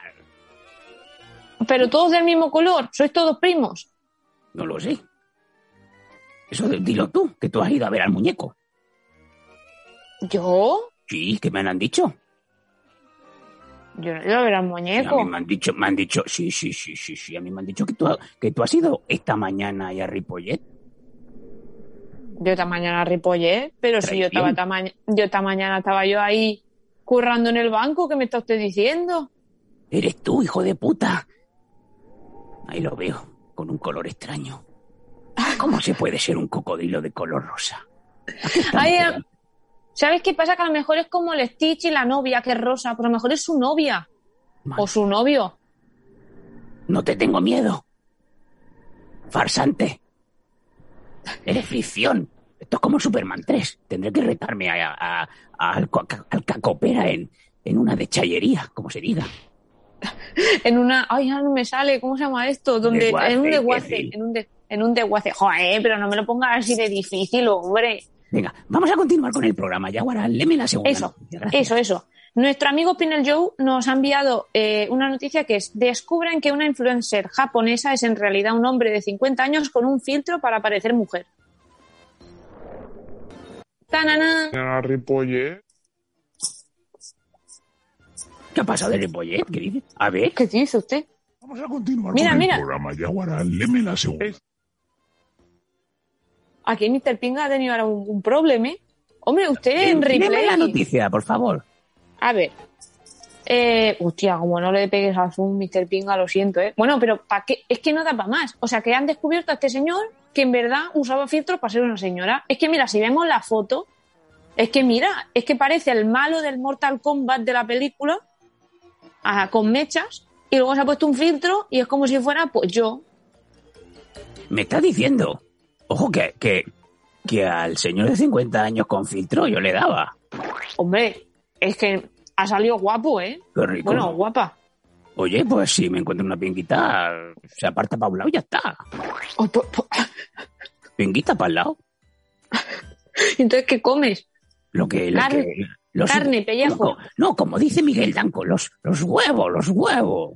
Pero todos del mismo color, ¿sois todos primos? No lo sé. Eso dilo tú, que tú has ido a ver al muñeco. ¿Yo? Sí, que me lo han dicho. Yo no he ido a ver al muñeco. A mí me han dicho, sí, a mí me han dicho que tú has ido esta mañana ahí a Ripollet. Yo esta mañana a Ripollet, pero si yo esta mañana estaba yo ahí currando en el banco, ¿qué me está usted diciendo? Eres tú, hijo de puta. Ahí lo veo, con un color extraño. ¿Cómo se puede ser un cocodrilo de color rosa? Ay, ¿sabes qué pasa? Que a lo mejor es como el Stitch y la novia, que es rosa, pero a lo mejor es su novia. O su novio. No te tengo miedo. Farsante. Eres ficción. Esto es como Superman 3. Tendré que retarme al cacopera en una dechallería, como se diga. En una... Ay, ya no me sale. ¿Cómo se llama esto? Donde en un desguace. En un desguace. Joder, pero no me lo pongas así de difícil, hombre. Venga, vamos a continuar con el programa. Yaguara, léeme la segunda noticia. Eso. Nuestro amigo Pinel Joe nos ha enviado una noticia que es: descubren que una influencer japonesa es en realidad un hombre de 50 años con un filtro para parecer mujer. ¡Tanana! Ripollet. ¿Qué ha pasado de Ripollet? ¿Qué dice? A ver. ¿Qué dice usted? Vamos a continuar con el programa. Yaguara, léeme la segunda. Aquí Mr. Pinga ha tenido ahora un problema, ¿eh? Hombre, usted en replay... Léeme la noticia, por favor. A ver. Hostia, como no le pegues al zoom, Mr. Pinga, lo siento, ¿eh? Bueno, pero ¿para qué? Es que no da para más. O sea, que han descubierto a este señor que en verdad usaba filtros para ser una señora. Es que mira, si vemos la foto, es que parece el malo del Mortal Kombat de la película, con mechas, y luego se ha puesto un filtro y es como si fuera, pues yo. Me está diciendo... Ojo, que al señor de 50 años con filtro yo le daba. Hombre, es que ha salido guapo, ¿eh? Qué rico. Bueno, guapa. Oye, pues si me encuentro una pinguita, se aparta para un lado y ya está. Pinguita para el lado. Entonces, ¿qué comes? Carne, pellejo. No, como dice Miguel Danco, los huevos.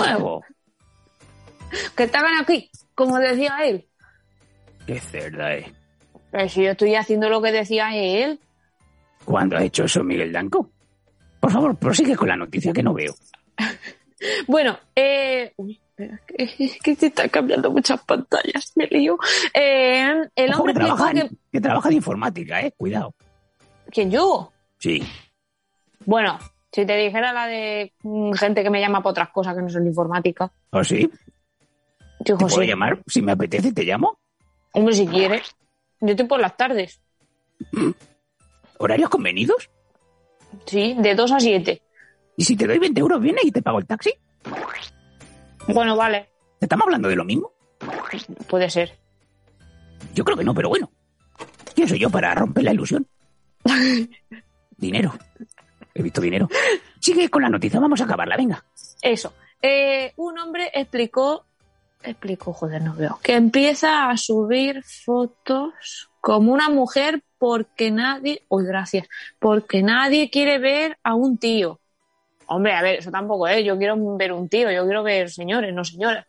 Que estaban aquí, como decía él. Qué cerda, Pero si yo estoy haciendo lo que decía él. ¿Cuándo ha hecho eso Miguel Danco? Por favor, prosigue con la noticia que no veo. Bueno, uy, es que se están cambiando muchas pantallas, me lío. El Ojo, hombre que trabaja de informática, cuidado. ¿Quién, yo? Sí. Bueno, si te dijera la de gente que me llama por otras cosas que no son informática. ¿Oh, sí? ¿Te puedo llamar? Si me apetece, te llamo. Hombre, si quieres. Yo estoy por las tardes. ¿Horarios convenidos? Sí, de 2 a 7. ¿Y si te doy 20 euros, viene y te pago el taxi? Bueno, vale. ¿Estamos hablando de lo mismo? Puede ser. Yo creo que no, pero bueno. ¿Quién soy yo para romper la ilusión? Dinero. He visto dinero. Sigue con la noticia, vamos a acabarla, venga. Eso. Un hombre explicó, joder, no veo, que empieza a subir fotos como una mujer porque nadie quiere ver a un tío. Hombre, a ver, eso tampoco es. Yo quiero ver un tío, yo quiero ver señores, no señoras.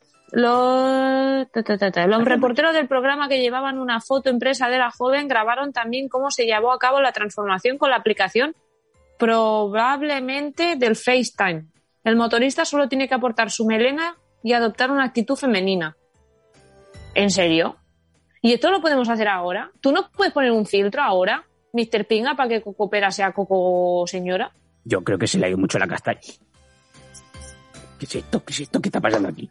Los reporteros del programa que llevaban una foto impresa de la joven grabaron también cómo se llevó a cabo la transformación con la aplicación, probablemente del FaceTime. El motorista solo tiene que aportar su melena y adoptar una actitud femenina. ¿En serio? ¿Y esto lo podemos hacer ahora? ¿Tú no puedes poner un filtro ahora, Mr. Pinga, para que Coco Pera sea Coco Señora? Yo creo que se le ha ido mucho la castaña. ¿Qué es esto? ¿Qué está pasando aquí?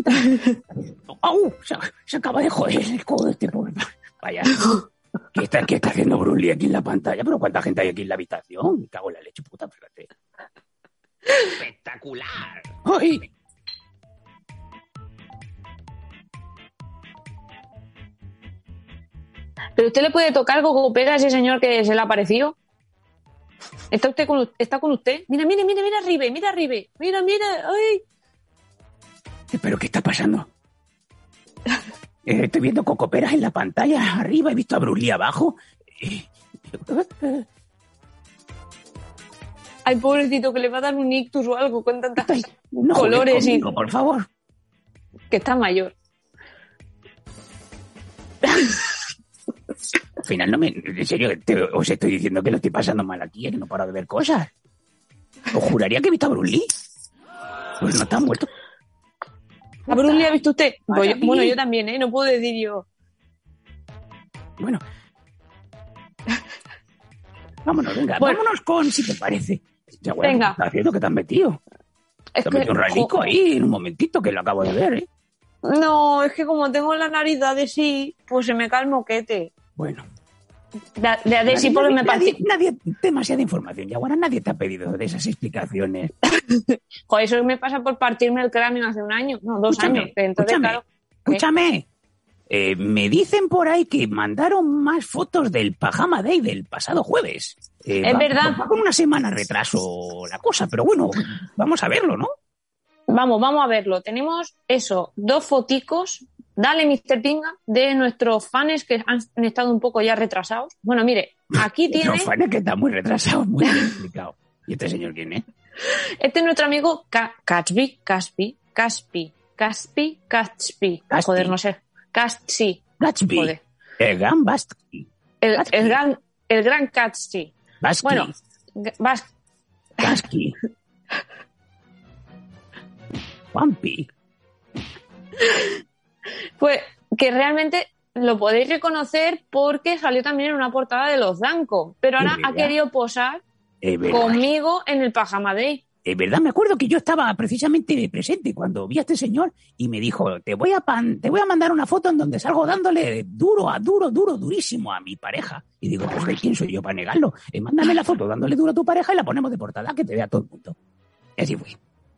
¡Au! Se acaba de joder el codo de este pobre payaso. ¿Qué está haciendo Bruce Lee aquí en la pantalla? ¿Pero cuánta gente hay aquí en la habitación? Me cago en la leche, puta, fíjate. ¡Espectacular! ¡Ay! ¿Pero usted le puede tocar Coco Pera a ese señor que se le ha aparecido? ¿Está con usted? Mira arriba, mira, ¡ay! ¿Pero qué está pasando? Estoy viendo cocoperas en la pantalla arriba, he visto a Bruce Lee abajo. Ay, pobrecito, que le va a dar un ictus o algo con tantas no colores conmigo, por favor. Que está mayor. Al final en serio, os estoy diciendo que lo estoy pasando mal aquí, que no paro de ver cosas. Os juraría que he visto a Bruce Lee. Pues no está muerto. ¿A Bruce Lee ha visto usted? Vaya, Bueno, yo también, ¿eh? No puedo decir yo. Bueno. Vámonos, venga. Bueno. Vámonos con, si te parece. Ya, bueno, Venga. ¿qué estás haciendo? ¿Qué te has metido? Es Te has metido un ralico ahí en un momentito que lo acabo de ver, ¿eh? No, es que como tengo la nariz de sí, pues se me cae el moquete. Bueno. De sí porque me partí. Nadie, demasiada información. Y ahora nadie te ha pedido de esas explicaciones. Joder, eso me pasa por partirme el cráneo hace 1 año. No, 2 años. Entonces, claro. Escúchame. Me dicen por ahí que mandaron más fotos del Pajama Day del pasado jueves. Es verdad. Va con una semana retraso la cosa, pero bueno, vamos a verlo, ¿no? Vamos a verlo. Tenemos 2 foticos, dale Mr. Pinga, de nuestros fans que han estado un poco ya retrasados. Bueno, mire, aquí tiene... Los fans que están muy retrasados, muy bien explicado. ¿Y este señor quién es? Este es nuestro amigo Caspi. Joder, no sé. Gatsby. Joder. El gran Basky. El gran Gatsby. Basky. Bueno, Basky. Juanpi. Pues que realmente lo podéis reconocer porque salió también en una portada de Los Danco, pero ahora ha querido posar conmigo en el Pajama Day. Es verdad, me acuerdo que yo estaba precisamente presente cuando vi a este señor y me dijo, te voy a mandar una foto en donde salgo dándole durísimo a mi pareja. Y digo, pues ¿quién soy yo para negarlo? Mándame la foto dándole duro a tu pareja y la ponemos de portada, que te vea todo el mundo. Y así fue.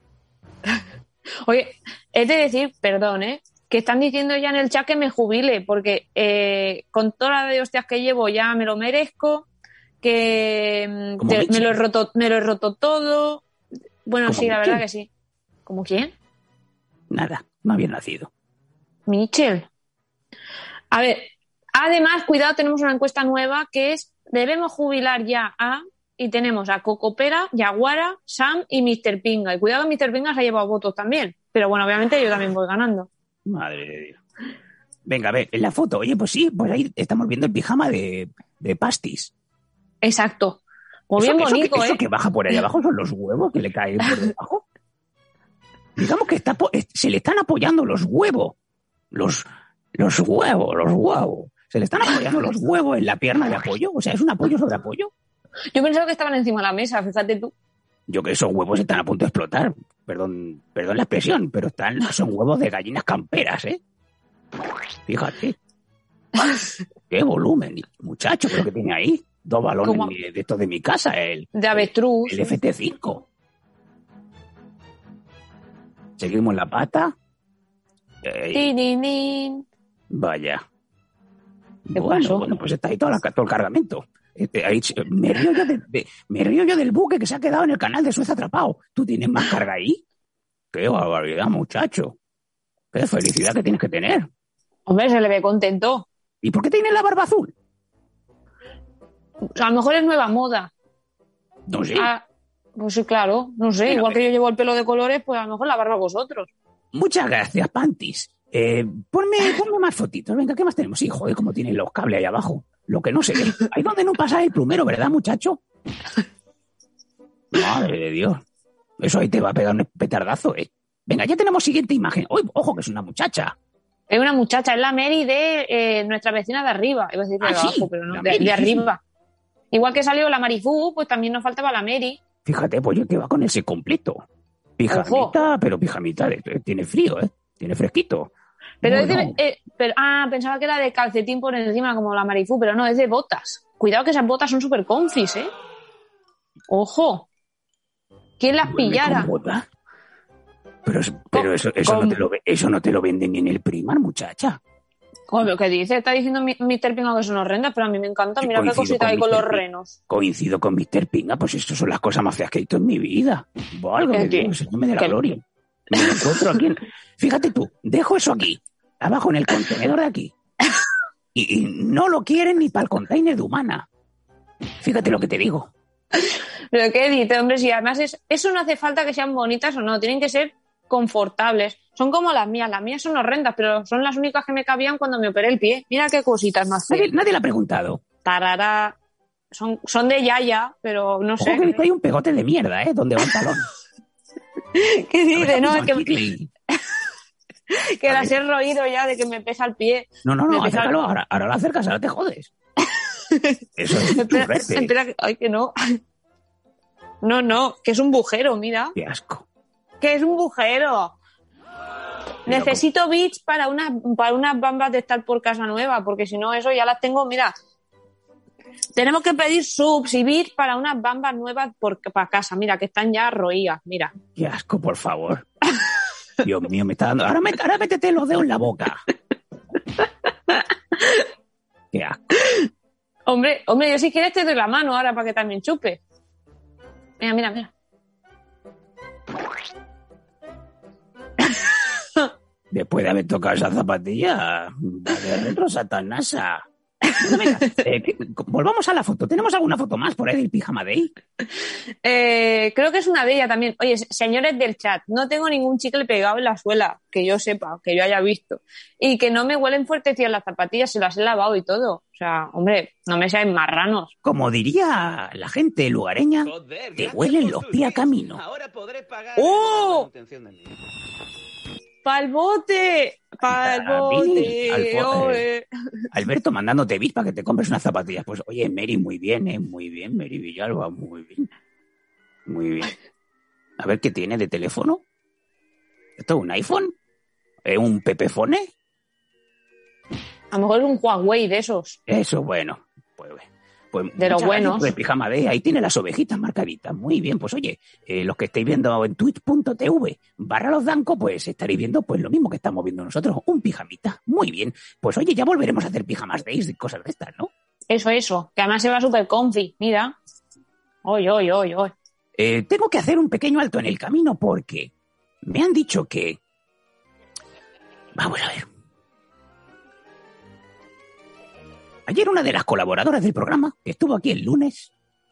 Oye, es de decir, perdón, que están diciendo ya en el chat que me jubile, porque con todas las de hostias que llevo ya me lo merezco, que me lo he roto todo. Bueno, sí, la verdad que sí. ¿Cómo quién? Nada, no había nacido. Michel. A ver, además, cuidado, tenemos una encuesta nueva que es, debemos jubilar ya a... Y tenemos a Cocopera, Yaguara, Sam y Mr. Pinga. Y cuidado que Mr. Pinga se ha llevado votos también. Pero bueno, obviamente yo también voy ganando. Madre de Dios. Venga, a ver, en la foto. Oye, pues sí, pues ahí estamos viendo el pijama de Pastis. Exacto. Muy bien bonito, Eso que baja por ahí abajo son los huevos que le caen por debajo. Digamos que se le están apoyando los huevos. Los huevos. Se le están apoyando los huevos en la pierna de apoyo. O sea, es un apoyo sobre apoyo. Yo pensaba que estaban encima de la mesa, fíjate tú. Yo que esos huevos están a punto de explotar. Perdón la expresión, pero son huevos de gallinas camperas, ¿eh? Fíjate. Qué volumen, muchacho, creo que tiene ahí. 2 balones de estos de mi casa, de avestruz. El FT5. Seguimos la pata. Vaya. Bueno, pues está ahí todo el cargamento. Ahí, me río yo del buque que se ha quedado en el canal de Suez atrapado. ¿Tú tienes más carga ahí? ¡Qué barbaridad, muchacho! ¡Qué felicidad que tienes que tener! Hombre, se le ve contento. ¿Y por qué tienes la barba azul? A lo mejor es nueva moda. No sé. Pues sí, claro. No sé, igual que yo llevo el pelo de colores, pues a lo mejor la barba vosotros. Muchas gracias, Pantis. Ponme más fotitos. Venga, ¿qué más tenemos? Sí, joder, cómo tienen los cables ahí abajo. Lo que no se ve. Ahí donde no pasa el plumero, ¿verdad, muchacho? Madre de Dios. Eso ahí te va a pegar un petardazo, ¿eh? Venga, ya tenemos siguiente imagen. ¡Uy, ojo, que es una muchacha! Es una muchacha, es la Mary de nuestra vecina de arriba. Iba a decir de abajo, sí, pero no, de arriba. Igual que salió la Marifú, pues también nos faltaba la Mary. Fíjate, pues yo te va con ese completo. Pijamita, ojo. Pero pijamita tiene frío, ¿eh? Tiene fresquito. Pero pensaba que era de calcetín por encima como la Marifú, pero no, es de botas. Cuidado que esas botas son súper confis, ¿eh? Ojo. ¿Quién las pillara? Pero eso no te lo venden ni en el Primark, muchacha. Joder, ¿qué dice? Está diciendo Mr. Pinga que son horrendas, pero a mí me encanta. Mira qué cosita hay con los renos. Coincido con Mr. Pinga, pues estas son las cosas más feas que he visto en mi vida. Válgame Dios, Señor me dé la gloria. Me lo encuentro aquí. Fíjate tú, dejo eso aquí, abajo en el contenedor de aquí. Y no lo quieren ni para el container de Humana. Fíjate lo que te digo. Pero qué dice, hombre, si además eso no hace falta que sean bonitas o no, tienen que ser confortables. Son como las mías son horrendas, pero son las únicas que me cabían cuando me operé el pie. Mira qué cositas más feas. Nadie le ha preguntado. Tarará. son de Yaya, pero no sé. Ojo que hay un pegote de mierda, donde va el talón. ¿Qué dice? No, es que las he roído ya de que me pesa el pie. No, acércalo, ahora lo acercas, ahora te jodes. Eso es espera, ay, que no. No, que es un bujero, mira. Qué asco. Que es un bujero. Necesito bits para unas bambas de estar por casa nueva, porque si no, eso ya las tengo, mira. Tenemos que pedir subs y bits para unas bambas nuevas para casa, mira, que están ya roídas, mira. Qué asco, por favor. Dios mío, me está dando... Ahora métete los dedos en la boca. Qué asco. Hombre, yo si quieres te doy la mano ahora para que también chupe. Mira. Después de haber tocado esa zapatilla, de retro satanasa. Venga, volvamos a la foto. ¿Tenemos alguna foto más por ahí del Pijama Day? Creo que es una de ella también. Oye, señores del chat, no tengo ningún chicle pegado en la suela, que yo sepa, que yo haya visto. Y que no me huelen fuertecillas las zapatillas, se las he lavado y todo. O sea, hombre, no me seáis marranos. Como diría la gente lugareña, te huelen los pies a camino. Ahora podré pagar ¡Oh! la manutención del niño. ¡Pa'l bote! Alberto mandándote bits para que te compres unas zapatillas. Pues oye, Mary, muy bien, Mary Villalba, muy bien. A ver qué tiene de teléfono. ¿Esto es un iPhone? ¿Es un Pepefone? A lo mejor es un Huawei de esos. Eso, bueno, pues de los buenos. De Pijama Day, ahí tiene las ovejitas marcaditas. Muy bien, pues oye, los que estáis viendo en twitch.tv/losdanco, pues estaréis viendo pues lo mismo que estamos viendo nosotros, un pijamita. Muy bien. Pues oye, ya volveremos a hacer pijamas days y cosas de estas, ¿no? Eso, que además se va súper comfy, mira. Oy. Tengo que hacer un pequeño alto en el camino porque me han dicho que... Vamos a ver. Ayer una de las colaboradoras del programa, que estuvo aquí el lunes,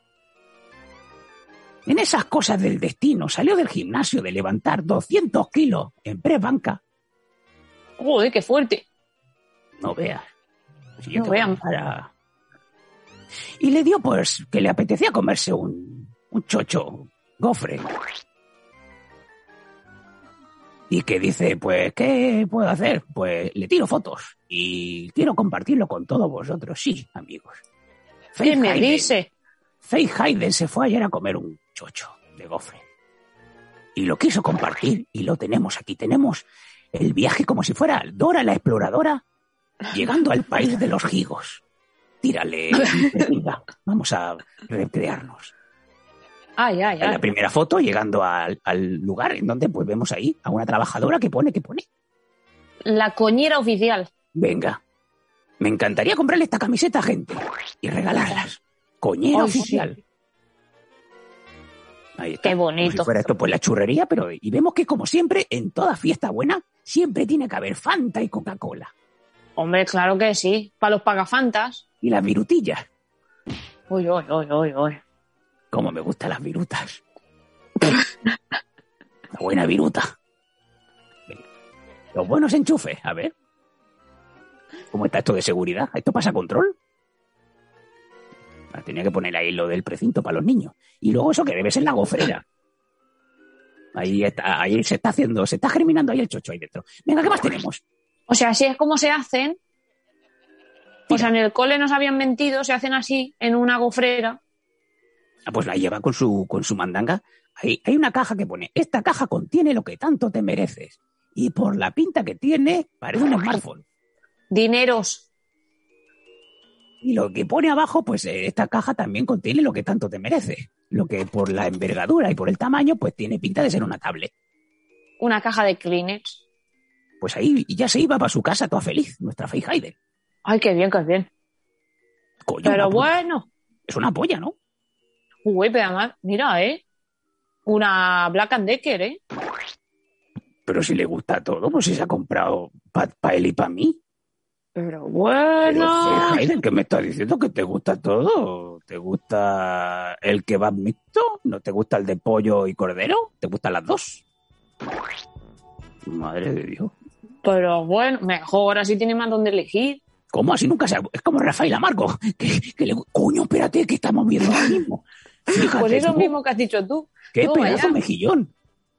en esas cosas del destino, salió del gimnasio de levantar 200 kilos en press banca. ¡Joder, qué fuerte! No veas. Si no vean. Y le dio, pues, que le apetecía comerse un chocho gofre. Y que dice, pues, ¿qué puedo hacer? Pues le tiro fotos y quiero compartirlo con todos vosotros. Sí, amigos. ¿Qué me dice? Faith Hayden se fue ayer a comer un chocho de gofre. Y lo quiso compartir y lo tenemos aquí. Tenemos el viaje como si fuera Dora la exploradora llegando al país de los gigos. Tírale, venga, vamos a recrearnos. Ay. La primera foto, llegando al lugar en donde pues vemos ahí a una trabajadora que pone. La coñera oficial. Venga. Me encantaría comprarle esta camiseta a gente y regalarlas. Coñera oficial. Sí. Ahí está. Qué bonito. Como si fuera esto pues la churrería, pero y vemos que como siempre, en toda fiesta buena, siempre tiene que haber Fanta y Coca-Cola. Hombre, claro que sí. Para los pagafantas. Y las virutillas. Uy. Cómo me gustan las virutas. Una buena viruta. Los buenos enchufes, a ver. ¿Cómo está esto de seguridad? ¿Esto pasa control? Tenía que poner ahí lo del precinto para los niños. Y luego eso que debe ser la gofrera. Ahí se está germinando ahí el chocho ahí dentro. Venga, ¿qué más tenemos? O sea, así es como se hacen. O sea, en el cole nos habían mentido, se hacen así, en una gofrera. Pues la lleva con su mandanga. Hay una caja que pone, esta caja contiene lo que tanto te mereces. Y por la pinta que tiene, parece un smartphone. Dineros. Y lo que pone abajo, pues esta caja también contiene lo que tanto te mereces. Lo que por la envergadura y por el tamaño, pues tiene pinta de ser una tablet. Una caja de Kleenex. Pues ahí ya se iba para su casa toda feliz, nuestra Faith Hayden. Ay, qué bien. Coño, pero bueno. Es una polla, ¿no? Uy, pero además, mira, una Black & Decker, Pero si le gusta todo, pues si se ha comprado para él y para mí. Pero bueno. Pero, Hayden, ¿qué me estás diciendo? ¿Que te gusta todo? ¿Te gusta el kebab mixto? ¿No te gusta el de pollo y cordero? ¿Te gustan las dos? Madre de Dios. Pero bueno, mejor así tiene más donde elegir. ¿Cómo así nunca se... Es como Rafael Amargo. Coño, espérate, que estamos viendo lo mismo. Fíjate, pues eso tú. mismo que has dicho tú. ¡Qué Toma pedazo ya. mejillón!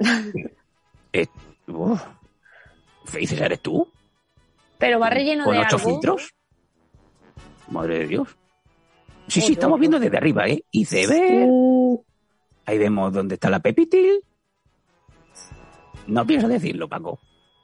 ¿Felices eres tú? Pero va relleno ¿Con de 8 algo. filtros? Madre de Dios. Sí, Oye, estamos viendo desde arriba, ¿eh? Iceberg. Ahí vemos dónde está la Pepitil. No pienso decirlo, Paco.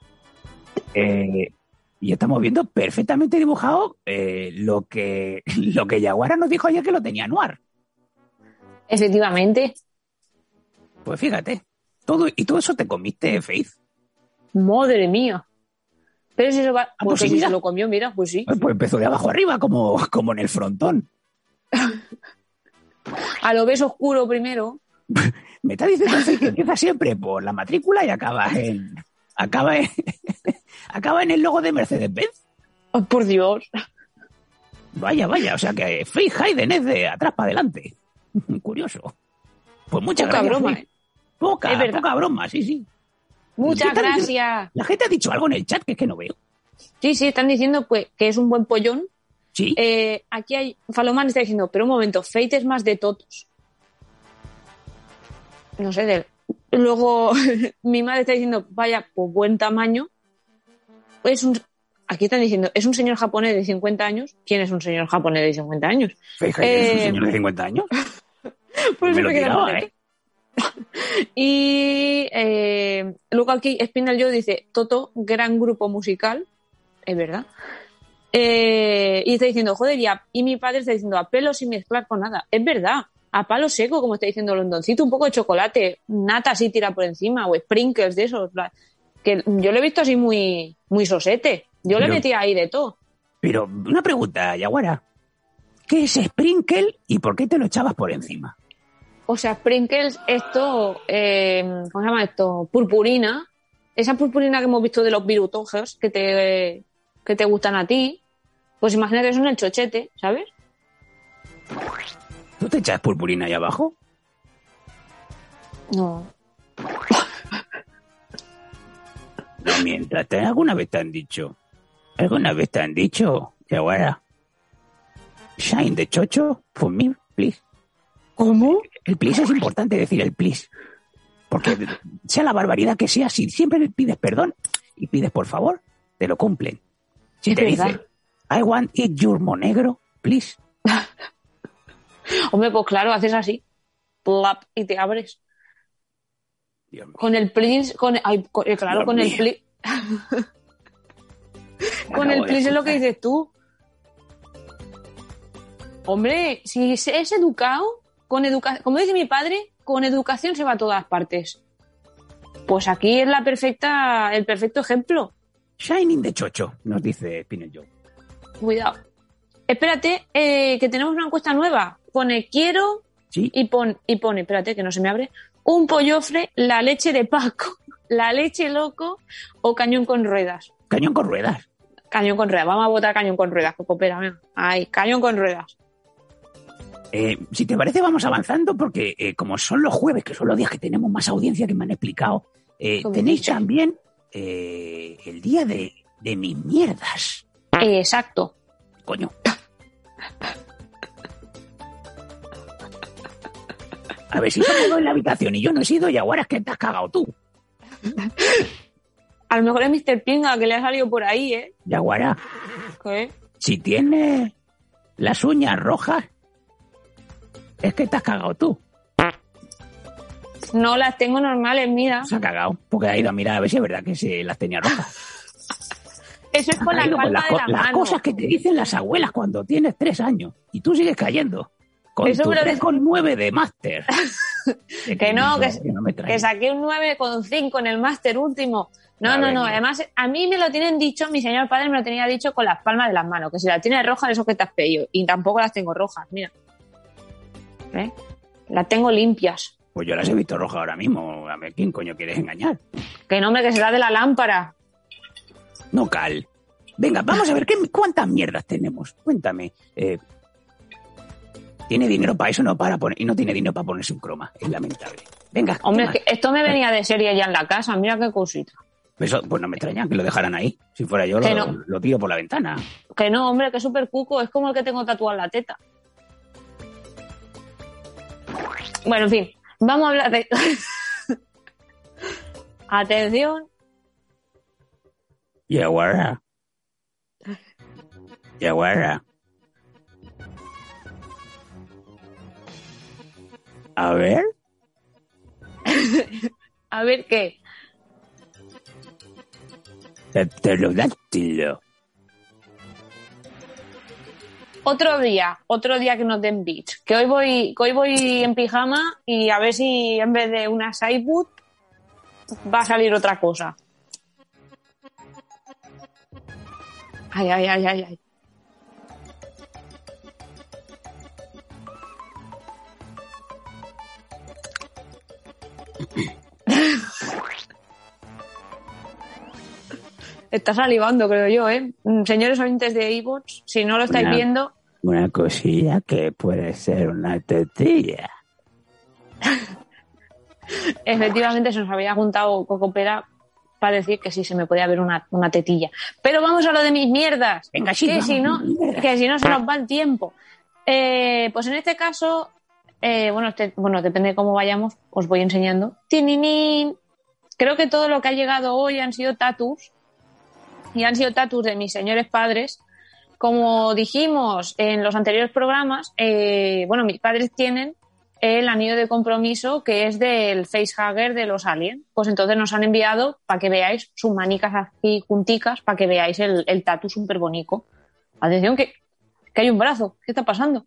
Y estamos viendo perfectamente dibujado lo que Yaguara nos dijo ayer que lo tenía Noir. Efectivamente. Pues fíjate. Todo eso te comiste, Faith. Madre mía. Pero si eso va... pues porque sí, si mira. se lo comió, mira, pues sí. Pues empezó de abajo arriba, como en el frontón. A lo ves oscuro primero. Me está diciendo que empieza siempre por la matrícula y acaba en el logo de Mercedes-Benz. Oh, por Dios. Vaya, o sea que Faith Hayden es de atrás para adelante. Curioso. Pues muchas Poca gracias. broma, Faith. Poca broma, sí. Muchas ¿Qué tal? gracias. La gente ha dicho algo en el chat que es que no veo. Sí, están diciendo pues que es un buen pollón. Sí. Aquí hay... Falomán está diciendo, pero un momento, Fate es más de totos. No sé, luego mi madre está diciendo, vaya, pues buen tamaño. Aquí están diciendo, es un señor japonés de 50 años. ¿Quién es un señor japonés de 50 años? Faith Hayden es un señor de 50 años. Pues Me lo queda tiraba, bonito. Y luego aquí Spinal Joe dice, Toto, gran grupo musical. Es verdad. Y está diciendo, joder, y mi padre está diciendo, a pelo sin mezclar con nada. Es verdad, a palo seco, como está diciendo Londoncito, un poco de chocolate, nata así tira por encima, o sprinkles de esos. Que yo lo he visto así muy, muy sosete. Yo le metía ahí de todo. Pero una pregunta, Yaguara. ¿Qué es sprinkle y por qué te lo echabas por encima? O sea, sprinkles, esto, ¿cómo se llama esto? Purpurina. Esa purpurina que hemos visto de los virutojos que te gustan a ti. Pues imagínate eso en el chochete, ¿sabes? ¿Tú te echas purpurina ahí abajo? No. No mientras. ¿Alguna vez te han dicho, Yaguara, shine de chocho for me, please? ¿Cómo? El please es importante decir el please. Porque sea la barbaridad que sea, si siempre le pides perdón y pides por favor, te lo cumplen. Si Es te verdad. dice, I want it your monegro, please. Hombre, pues claro, haces así. Plap, y te abres. Dios mío. Con el please, claro, Dios con el mío. please. Con el please es lo que dices tú. Hombre, si es educado, con educación, como dice mi padre, con educación se va a todas partes. Pues aquí es el perfecto ejemplo. Shining de chocho, nos dice Spinel Joe. Cuidado. Espérate, que tenemos una encuesta nueva. Pone quiero Sí. y pone, espérate, que no se me abre, un pollofre, la leche de Paco, la leche loco o cañón con ruedas. Cañón con ruedas. Cañón con ruedas. Vamos a votar cañón con ruedas, que coopera, venga. Ay, cañón con ruedas. Si te parece, vamos avanzando porque como son los jueves, que son los días que tenemos más audiencia que me han explicado, tenéis también el día de mis mierdas. Exacto. Coño. A ver, si somos dos en la habitación y yo no he sido, Yaguara, es que te has cagado tú. A lo mejor es Mr. Pinga que le ha salido por ahí, ¿eh? Yaguara, ¿Qué? si tienes las uñas rojas, es que te has cagado tú. No las tengo normales, mira. Se ha cagado, porque ha ido a mirar a ver si es verdad que se las tenía rojas. Eso es con la Ha ido con palma de la las mano. cosas que te dicen las abuelas cuando tienes 3 años y tú sigues cayendo. Con Eso tu me lo 3,9 de máster. Que no, no me traes. que saqué un 9,5 en el máster último. No, A no, ver, no. mira. Además, a mí me lo tienen dicho, mi señor padre me lo tenía dicho con las palmas de las manos, que si las tienes rojas, eso que te has pedido. Y tampoco las tengo rojas, mira. ¿Eh? Las tengo limpias. Pues yo las he visto rojas ahora mismo. A ver, ¿quién coño quieres engañar? Que no, hombre, que será de la lámpara. No, Cal. Venga, vamos a ver cuántas mierdas tenemos. Cuéntame. ¿Tiene dinero para eso? No para poner, y no tiene dinero para ponerse un croma. Es lamentable. Venga. Hombre, ¿qué es que esto me venía de serie ya en la casa. Mira qué cosita. Eso, pues no me extraña que lo dejaran ahí. Si fuera yo, lo tiro por la ventana. Que no, hombre, que es súper cuco. Es como el que tengo tatuado en la teta. Bueno, en fin. Vamos a hablar de... Atención. Yaguara. A ver. A ver qué. Pterodáctilo. Otro día que nos den beach. Que hoy voy en pijama y a ver si en vez de una sideboot va a salir otra cosa. Ay. Está salivando, creo yo, ¿eh? Señores oyentes de iVoox, si no lo estáis viendo... Una cosilla que puede ser una tetilla. Efectivamente, se nos había juntado Cocopera para decir que sí se me podía ver una tetilla. Pero vamos a lo de mis mierdas. Venga, sí, que si no se nos va el tiempo. Pues en este caso, depende de cómo vayamos, os voy enseñando. ¡Tininín! Creo que todo lo que ha llegado hoy han sido tatus. Y han sido tatus de mis señores padres. Como dijimos en los anteriores programas, mis padres tienen el anillo de compromiso que es del facehugger de los aliens. Pues entonces nos han enviado para que veáis sus manicas aquí junticas, para que veáis el tatu súper bonito. Atención que hay un brazo. ¿Qué está pasando?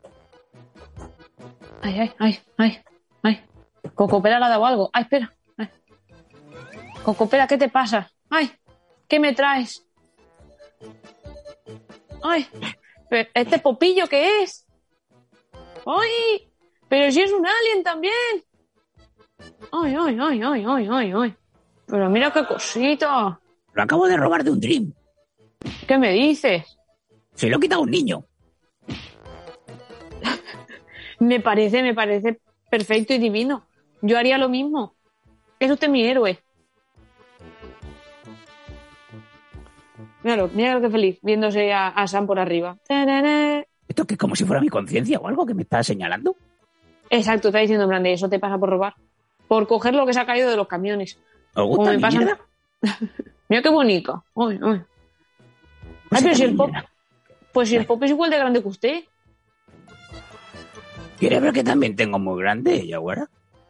Ay. Cocopera le ha dado algo. Ay, espera. Ay. Cocopera, ¿qué te pasa? Ay, ¿qué me traes? Ay, pero ¿este popillo qué es? ¡Ay! Pero si es un alien también. Ay. Pero mira qué cosita. Lo acabo de robar de un Dream. ¿Qué me dices? Se lo ha quitado un niño. Me parece perfecto y divino. Yo haría lo mismo. Es usted mi héroe. Mira qué feliz, viéndose a Sam por arriba. ¿Esto que es como si fuera mi conciencia o algo que me está señalando? Exacto, está diciendo en plan de eso te pasa por robar. Por coger lo que se ha caído de los camiones. ¿Os gusta mi mierda? Mira qué bonito. Ay. Pero si el pop... Pues si el pop es igual de grande que usted. ¿Quiere ver que también tengo muy grande, Yaguara?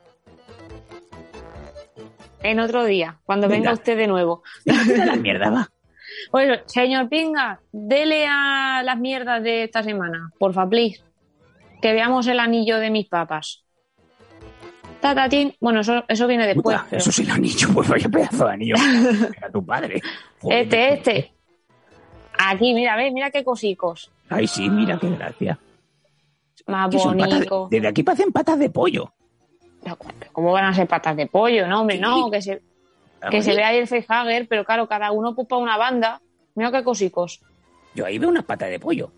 En otro día, cuando venga usted de nuevo. Tira la mierda, va. Bueno, señor Pinga, dele a las mierdas de esta semana, porfa, please. Que veamos el anillo de mis papas. Tatatín. Bueno, eso viene después. Puta, eso es el anillo, pues vaya pedazo de anillo. Era tu padre. Joder, este. Aquí, mira qué cosicos. Ay, sí, mira qué gracia. Más bonito. Desde aquí parecen patas de pollo. ¿Cómo van a ser patas de pollo? No, hombre, sí. No, que se vea ahí el facehugger, pero claro, cada uno ocupa una banda. Mira qué cosicos. Yo ahí veo unas patas de pollo.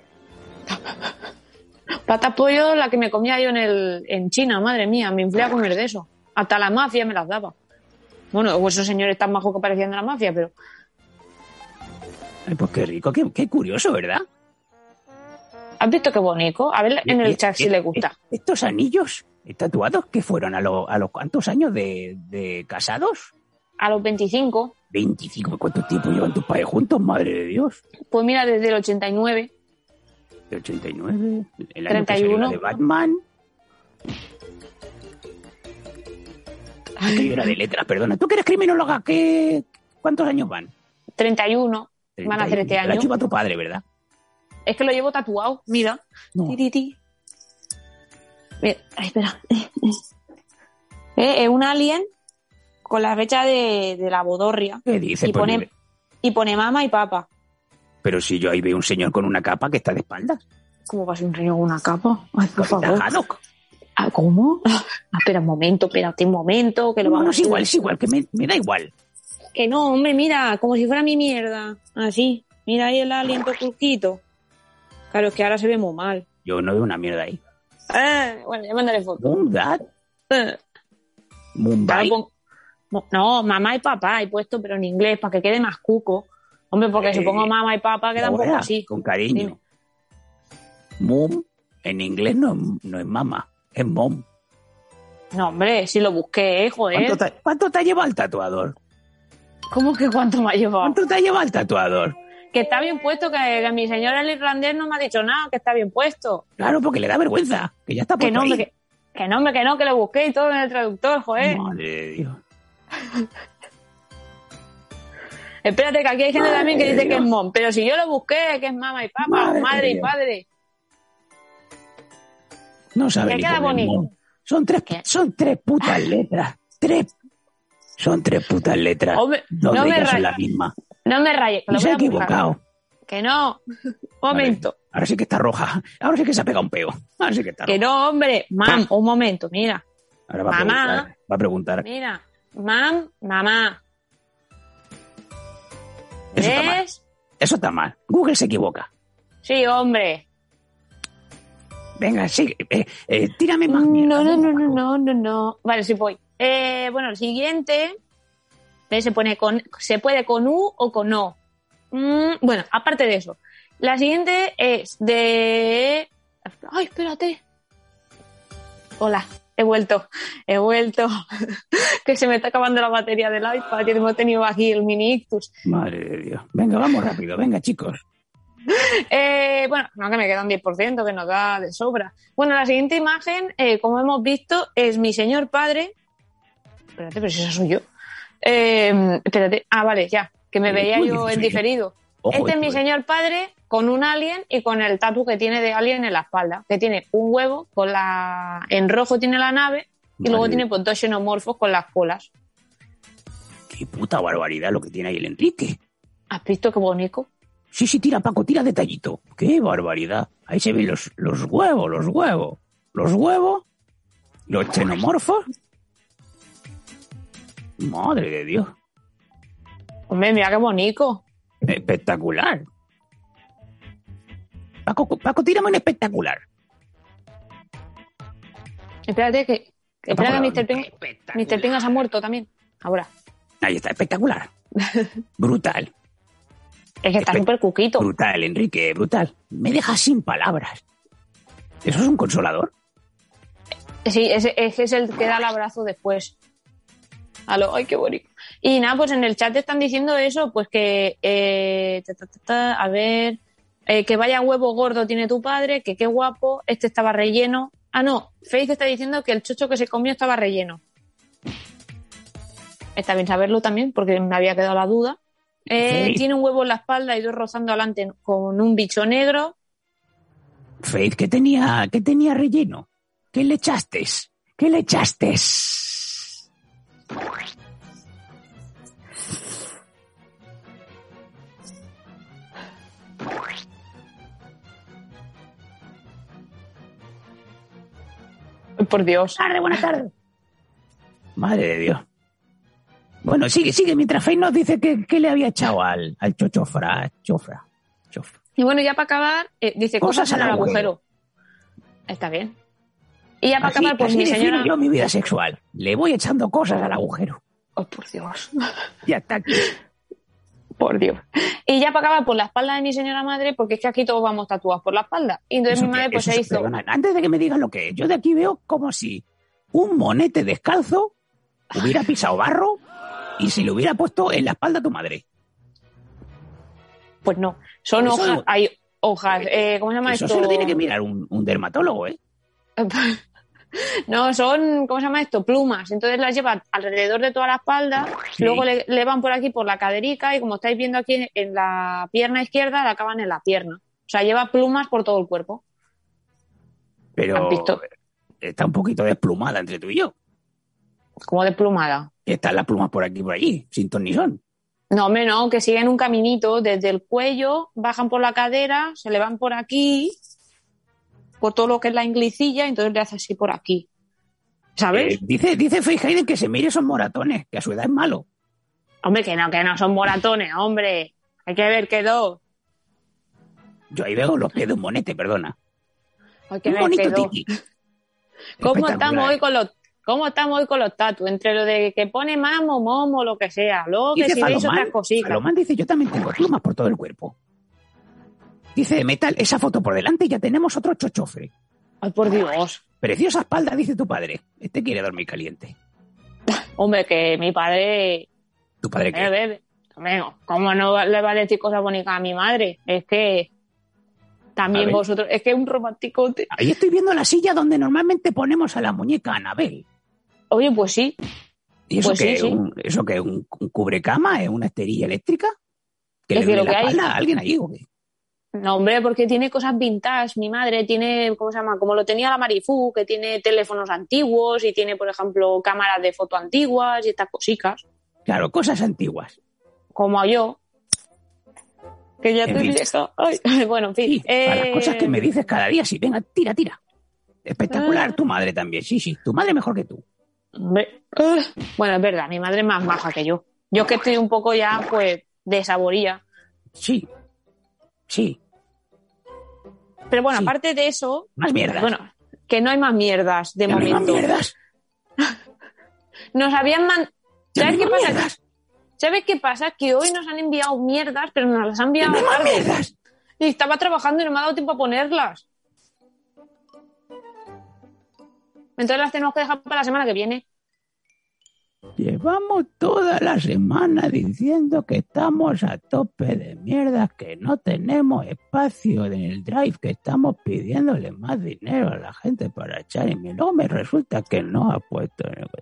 Patas pollo, la que me comía yo en China, madre mía, me inflé a comer de eso. Hasta la mafia me las daba. Bueno, esos señores tan majos que parecían de la mafia, pero... Ay, pues qué rico, qué curioso, ¿verdad? ¿Has visto qué bonito? A ver en el chat si le gusta. ¿Estos anillos tatuados qué fueron? ¿A los cuántos años de casados? A los 25. 25, ¿cuánto tiempo llevan tus padres juntos, madre de Dios? Pues mira, desde el 89. El 89, el año 31. de Batman. Que yo era de letras, perdona. ¿Tú que eres criminóloga? ¿Cuántos años van? 31. Van a hacer este año. La lleva tu padre, ¿verdad? Es que lo llevo tatuado, mira. No. Mira, ay, espera. Es un alien con la fecha de la bodorria. ¿Qué dice? Y pone mamá y papá. Pero si yo ahí veo un señor con una capa que está de espaldas. ¿Cómo va a ser un señor con una capa? Ay, por favor. Haddock. Ah, ¿cómo? Espera un momento, que lo vamos a hacer. Es igual, que me da igual. Que no, hombre, mira, como si fuera mi mierda. Así, mira ahí el aliento turquito. Claro, es que ahora se ve muy mal. Yo no veo una mierda ahí. Bueno, ya mandaré foto. Mumbai. No, mamá y papá he puesto, pero en inglés, para que quede más cuco. Hombre, porque si pongo mamá y papá queda un poco así. Con cariño. Dime. Mom, en inglés no es mamá, es mom. No, hombre, si lo busqué, joder. ¿Cuánto te ha llevado el tatuador? ¿Cómo que cuánto me ha llevado? ¿Cuánto te ha llevado el tatuador? Que está bien puesto, que mi señor el irlandés no me ha dicho nada, que está bien puesto. Claro, porque le da vergüenza, que ya está puesto Que no, ahí. que no, que lo busqué y todo en el traductor, joder. Madre de Dios. Espérate, que aquí hay gente también que Madre dice de que es Dios. mom, pero si yo lo busqué, que es mamá y papá, Madre madre de y Dios. padre. No sabe Que ni queda poner bonito. mom. Son tres putas letras. Son tres putas letras. Hombre, Dos no de me ellas son rayes. la misma. No me rayes, que Y lo se voy ha a buscar. equivocado. Que no. Momento. Vale. Ahora sí que está roja. Ahora sí que se ha pegado un peo. Ahora sí que está Que roja. no, hombre. Mam, un momento, mira. Ahora va Mamá. a preguntar. Mira. Mam, mamá. Eso está mal. ¿Ves? Eso está mal. Google se equivoca. Sí, hombre. Venga, sigue. Tírame más mierda. No. Vale, sí voy. Bueno, el siguiente. ¿Ves? Se puede con U o con O. Bueno, aparte de eso. La siguiente es de... Ay, espérate. Hola, he vuelto. Que se me está acabando la batería del iPad y hemos tenido aquí el mini ictus. Madre de Dios. Venga, vamos rápido. Venga, chicos. Bueno, no, que me queda un 10%, que nos da de sobra. Bueno, la siguiente imagen, como hemos visto, es mi señor padre. Espérate, pero si esa soy yo. Espérate. Ah, vale, ya. Que me veía Uy, yo soy en yo. diferido. Ojo, Este es esto, mi señor padre con un alien y con el tatu que tiene de alien en la espalda. Que tiene un huevo, en rojo tiene la nave y Madre luego de- tiene pues, dos xenomorfos con las colas. Qué puta barbaridad lo que tiene ahí el Enrique. ¿Has visto qué bonito? Sí, tira, Paco, tira detallito. Qué barbaridad. Ahí se ven los huevos. Los huevos. Los xenomorfos. Madre de Dios. Hombre, mira qué bonito. Espectacular. Paco, tírame un espectacular. Espérate que Paco, Mr. Pingas ha muerto también. Ahora. Ahí está, espectacular. Brutal. Es que está súper cuquito. Brutal, Enrique, brutal. Me dejas sin palabras. ¿Eso es un consolador? Sí, ese es el que da el abrazo después. Ay, qué bonito. Y nada, pues en el chat te están diciendo eso, pues que, a ver, que vaya huevo gordo tiene tu padre, que qué guapo, este estaba relleno. Ah, no, Faith está diciendo que el chocho que se comió estaba relleno. Está bien saberlo también, porque me había quedado la duda. Tiene un huevo en la espalda y dos rozando adelante con un bicho negro. Faith, ¿qué tenía relleno? ¿Qué le echaste? Por Dios. Buenas tardes. Madre de Dios. Bueno, sigue, mientras Faith nos dice que le había echado al chofra. Y bueno, ya para acabar, dice Cosas cosas en al el agujero. agujero. Está bien. Y ya para acabar, pues así mi defino señora... yo mi vida sexual. Le voy echando cosas al agujero. Oh, por Dios. Ya está aquí. Por Dios. Y ya para acabar, por la espalda de mi señora madre, porque es que aquí todos vamos tatuados por la espalda. Y entonces mi madre pues se hizo... Perdona, antes de que me digan lo que es, yo de aquí veo como si un monete descalzo hubiera pisado barro y se le hubiera puesto en la espalda a tu madre. Pues no, son Eso hojas, no. hay hojas, ¿cómo se llama Eso esto? se lo tiene que mirar un dermatólogo, ¿eh? No, son, ¿cómo se llama esto? Plumas. Entonces las lleva alrededor de toda la espalda, Sí. luego le van por aquí por la caderica y como estáis viendo aquí en la pierna izquierda, la acaban en la pierna. O sea, lleva plumas por todo el cuerpo. Pero ¿Has visto? está un poquito desplumada entre tú y yo. Como desplumada. Y están las plumas por aquí y por allí, sin ton ni son. No, hombre, no, que siguen un caminito desde el cuello, bajan por la cadera, se le van por aquí, por todo lo que es la inglicilla, y entonces le hace así por aquí. ¿Sabes? Dice Faith Hayden que se mire esos moratones, que a su edad es malo. Hombre, que no son moratones, hombre. Hay que ver que dos. Yo ahí veo los pies de un monete, perdona. Hay que Un ver que bonito dos. tiki. ¿Cómo Espectacular. estamos hoy ¿Cómo estamos hoy con los tatus? Entre lo de que pone mamo, momo, lo que sea. Luego que si veis otras cositas. Salomán dice, yo también tengo plumas por todo el cuerpo. Dice Metal, esa foto por delante y ya tenemos otro chochofre. Ay, por Dios. Preciosa espalda, dice tu padre. Este quiere dormir caliente. Hombre, que mi padre... ¿Tu padre qué? Bebe. ¿Cómo no le va a decir cosas bonitas a mi madre? Es que... También vosotros... Es que es un romanticote. Ahí estoy viendo la silla donde normalmente ponemos a la muñeca Anabel. Oye, pues sí. ¿Y eso pues qué? Sí. ¿Eso qué? ¿Un cubrecama? ¿Es una esterilla eléctrica? ¿Que es le que lo duele que la hay... espalda a alguien ahí o qué? No, hombre, porque tiene cosas vintage. Mi madre tiene, ¿cómo se llama? Como lo tenía la Marifú, que tiene teléfonos antiguos y tiene, por ejemplo, cámaras de foto antiguas y estas cositas. Claro, cosas antiguas. Como yo, que ya En te fin. vieja. Ay, bueno, en fin. Sí, para las cosas que me dices cada día, sí, venga, tira. Espectacular, tu madre también, sí, tu madre mejor que tú. Hombre, bueno, es verdad, mi madre es más baja que yo. Yo que estoy un poco ya, pues, de saboría. Sí. Pero bueno, Sí. aparte de eso... Más mierdas. Bueno, que no hay más mierdas de ¿Ya no hay momento. más mierdas? Nos habían mandado... ¿Ya no ¿Sabes hay qué más pasa? mierdas? ¿Sabes qué pasa? Que hoy nos han enviado mierdas, pero nos las han ¿Ya enviado no hay más tarde. mierdas? Y estaba trabajando y no me ha dado tiempo a ponerlas. Entonces las tenemos que dejar para la semana que viene. Llevamos toda la semana diciendo que estamos a tope de mierdas, que no tenemos espacio en el drive, que estamos pidiéndole más dinero a la gente para echar y luego me resulta que no ha puesto en el...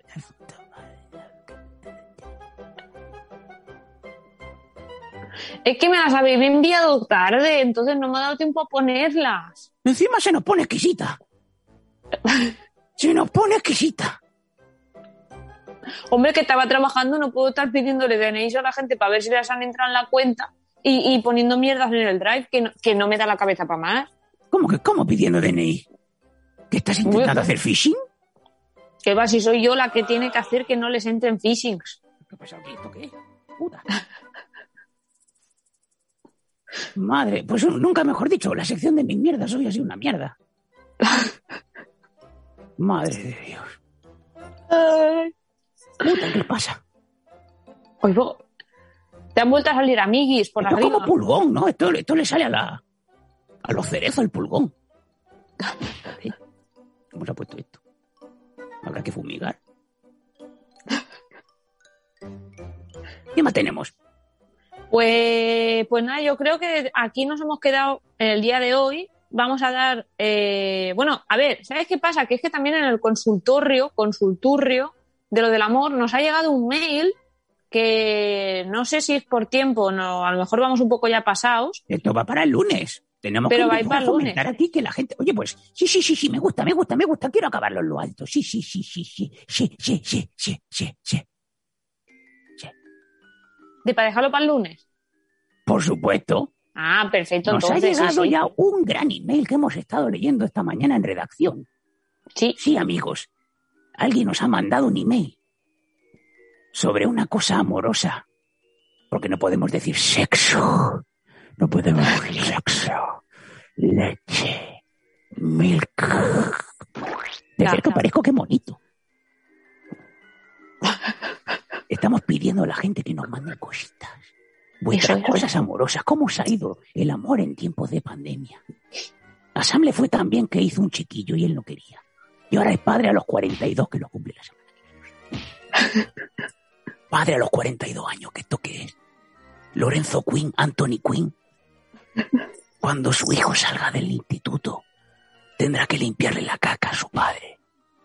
Es que me las habéis enviado tarde, entonces no me ha dado tiempo a ponerlas. Encima se nos pone exquisita. Se nos pone exquisita. Hombre, que estaba trabajando, no puedo estar pidiéndole DNIs a la gente para ver si les han entrado en la cuenta y poniendo mierdas en el drive, que no me da la cabeza para más. ¿Cómo pidiendo DNI? ¿Que estás intentando hacer phishing? Que va, si soy yo la que tiene que hacer que no les entren phishings. ¿Qué pasa aquí? ¿Esto qué es? Puta. Madre, pues nunca mejor dicho, la sección de mis mierdas hoy ha sido una mierda. Madre de Dios. Ay. Puta, ¿qué pasa? Oigo, te han vuelto a salir amiguis por Esto es arriba. como pulgón, ¿no? Esto le sale a los cerezos el pulgón. ¿Cómo se ha puesto esto? Habrá que fumigar. ¿Qué más tenemos? Pues nada, yo creo que aquí nos hemos quedado en el día de hoy. Vamos a dar... bueno, a ver, ¿sabes qué pasa? Que es que también en el consultorio de lo del amor nos ha llegado un mail que no sé si es por tiempo, no, a lo mejor vamos un poco ya pasados. Esto va para el lunes. Tenemos Pero que va a ir para el fomentar lunes. aquí que la gente... Oye, pues, sí, me gusta. Quiero acabarlo en lo alto. Sí. ¿De para dejarlo para el lunes? Por supuesto. Ah, perfecto. Nos Entonces, ha llegado sí. ya un gran email que hemos estado leyendo esta mañana en redacción. Sí. Sí, amigos. Alguien nos ha mandado un email sobre una cosa amorosa. Porque no podemos decir sexo. No podemos decir sexo. Leche. Milk. De Claro. cerca parezco que bonito. Estamos pidiendo a la gente que nos mande cositas. Vuestras Eso. cosas amorosas. ¿Cómo os ha ido el amor en tiempos de pandemia? A Sam le fue tan bien que hizo un chiquillo y él no quería. Y ahora es padre a los 42, que lo cumple la semana que viene. Padre a los 42 años, ¿que esto qué es? Lorenzo Quinn, Anthony Quinn. Cuando su hijo salga del instituto, tendrá que limpiarle la caca a su padre.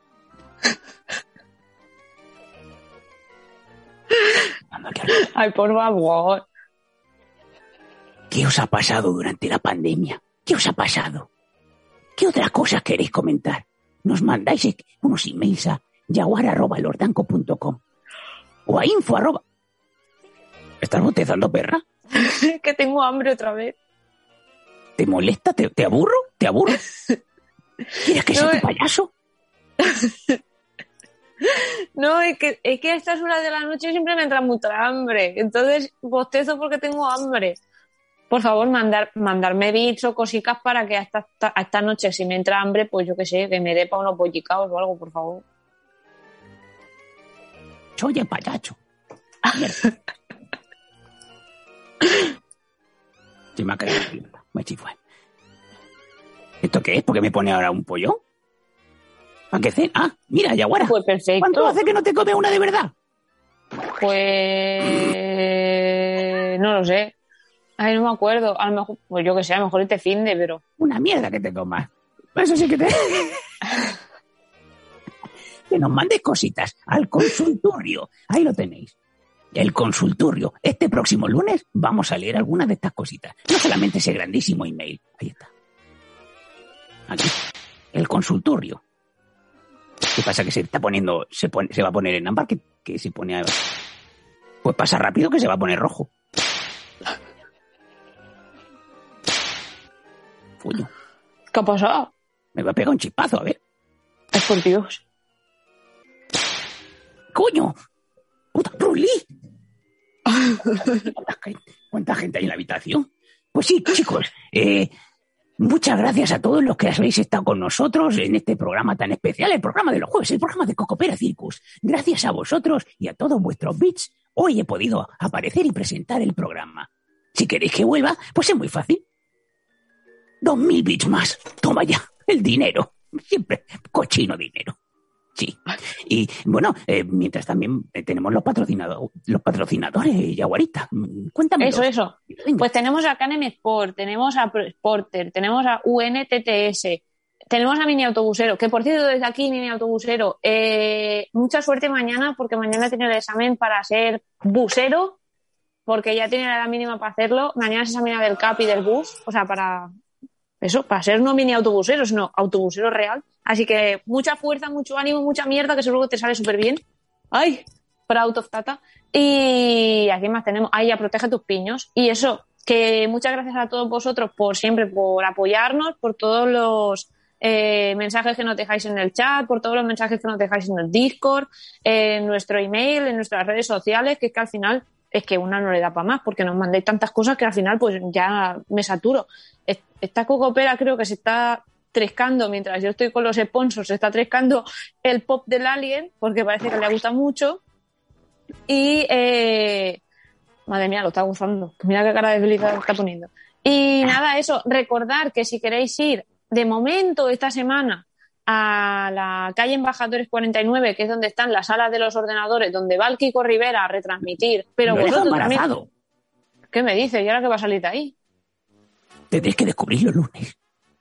Ay, por favor. ¿Qué os ha pasado durante la pandemia? ¿Qué os ha pasado? ¿Qué otras cosas queréis comentar? Nos mandáis unos emails a jaguar@lordanco.com o a info@... ¿Estás botezando, perra? Que tengo hambre otra vez. ¿Te molesta? ¿Te aburro? ¿Te aburro? ¿Quieres que sea tu payaso? No, es que a estas horas de la noche siempre me entra mucha hambre. Entonces bostezo porque tengo hambre. Por favor, mandarme bits o cositas para que a esta noche, si me entra hambre, pues yo qué sé, que me dé para unos bollicaos o algo, por favor. oye, payacho. Sí, me ha quedado me chifue. ¿Esto qué es? ¿Por qué me pone ahora un pollo? ¿Para qué cena? Ah, mira, Yaguara. Pues perfecto. ¿Cuánto hace que no te comes una de verdad? Pues... no lo sé. Ay, no me acuerdo. A lo mejor, pues yo que sé, a lo mejor este finde, pero... Una mierda que te comas. Eso sí que te... Que nos mandes cositas al consultorio. Ahí lo tenéis. El consultorio. Este próximo lunes vamos a leer algunas de estas cositas. No solamente ese grandísimo email. Ahí está. Aquí. El consultorio. ¿Qué pasa? Que se está poniendo... Se va a poner en ámbar, que se pone a... Pues pasa rápido que se va a poner rojo. Coño. ¿Qué ha pasado? Me va a pegar un chispazo, a ver. Es por Dios. ¡Coño! ¡Puta, Bruce Lee! ¿Cuánta gente hay en la habitación? Pues sí, chicos, muchas gracias a todos los que habéis estado con nosotros en este programa tan especial, el programa de los jueves, el programa de Cocopera Circus. Gracias a vosotros y a todos vuestros bits, hoy he podido aparecer y presentar el programa. Si queréis que vuelva, pues es muy fácil. 2.000 bits más. Toma ya, el dinero. Siempre cochino dinero. Sí. Y bueno, mientras también tenemos los patrocinadores, Yaguarita. Cuéntame. Eso. Venga. Pues tenemos a Canem Sport, tenemos a Sporter, tenemos a UNTTS, tenemos a Mini Autobusero, que por cierto, desde aquí, Mini Autobusero, mucha suerte mañana, porque mañana tiene el examen para ser busero, porque ya tiene la edad mínima para hacerlo. Mañana se examina del CAP y del bus, o sea, para ser no mini autobusero, sino autobusero real. Así que mucha fuerza, mucho ánimo, mucha mierda, que seguro que te sale súper bien. ¡Ay! Proud of Tata. Y aquí más tenemos. ¡Ay, ya protege tus piños! Y eso, que muchas gracias a todos vosotros por siempre, por apoyarnos, por todos los mensajes que nos dejáis en el chat, por todos los mensajes que nos dejáis en el Discord, en nuestro email, en nuestras redes sociales, que es que al final es que una no le da para más, porque nos mandéis tantas cosas que al final pues ya me saturo. Esta Cocopera creo que se está trescando, mientras yo estoy con los sponsors, se está trescando el pop del Alien, porque parece que le gusta mucho. Y madre mía, lo está gozando. Mira qué cara de felicidad está poniendo. Y nada, eso, recordar que si queréis ir de momento esta semana a la calle Embajadores 49, que es donde están las salas de los ordenadores, donde va el Kiko Rivera a retransmitir, pero lo vosotros también... ¿Qué me dices? ¿Y ahora qué va a salir de ahí? Tendréis que descubrirlo el lunes.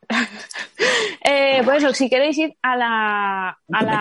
Pues eso, si queréis ir a la...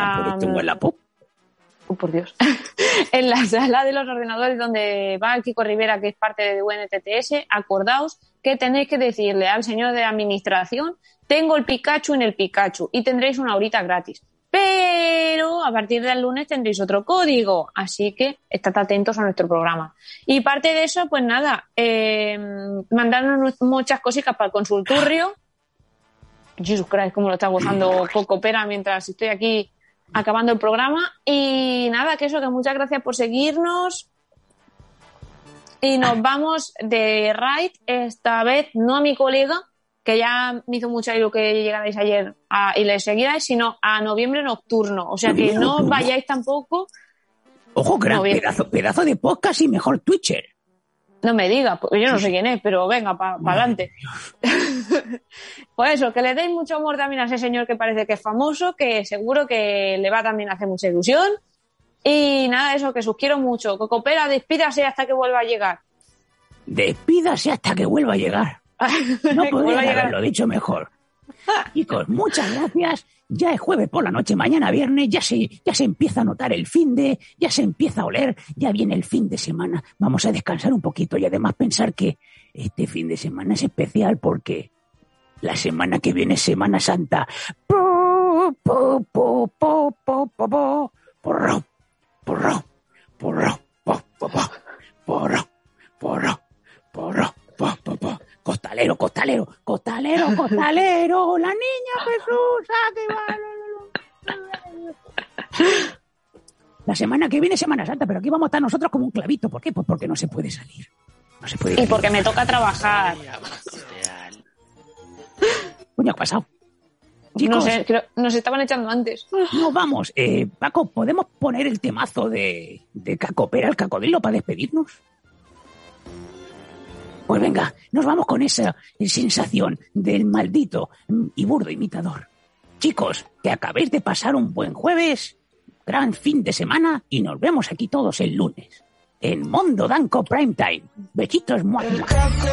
Oh, por Dios. En la sala de los ordenadores donde va el Kiko Rivera, que es parte de UNTTS, acordaos que tenéis que decirle al señor de administración: tengo el Pikachu en el Pikachu, y tendréis una horita gratis. Pero a partir del lunes tendréis otro código, así que estad atentos a nuestro programa. Y parte de eso, pues nada, mandarnos muchas cositas para el consultorio. Jesus Christ, cómo lo está gozando Cocopera mientras estoy aquí acabando el programa. Y nada, que eso, que muchas gracias por seguirnos. Y nos vamos de raid, esta vez no a mi colega, que ya me hizo mucha ilusión que llegarais ayer y le seguirais, sino a Noviembre Nocturno. O sea que no vayáis tampoco. Ojo, gran pedazo de podcast y mejor Twitcher. No me digas, porque yo no sé quién es, pero venga, para adelante. Pues eso, que le deis mucho amor también a ese señor que parece que es famoso, que seguro que le va también a hacer mucha ilusión. Y nada, eso, que os quiero mucho. Cocopera, despídase hasta que vuelva a llegar. Despídase hasta que vuelva a llegar. No podría haberlo dicho mejor. Chicos, muchas gracias. Ya es jueves por la noche, mañana viernes, ya se empieza a notar el finde, ya se empieza a oler, ya viene el fin de semana. Vamos a descansar un poquito y además pensar que este fin de semana es especial porque la semana que viene es Semana Santa. Porro, Costalero, la niña Jesús, que va. La semana que viene es Semana Santa, pero aquí vamos a estar nosotros como un clavito. ¿Por qué? Pues porque no se puede salir. Y porque me toca trabajar. Coño, ¿qué ha pasado? Chicos, no sé, creo, nos estaban echando antes. No, vamos. Paco, ¿podemos poner el temazo de Cacopera, el cacodrilo, para despedirnos? Pues venga, nos vamos con esa sensación del maldito y burdo imitador. Chicos, que acabéis de pasar un buen jueves, gran fin de semana y nos vemos aquí todos el lunes. En Mondo Danco Prime Time. Besitos, muah, muah.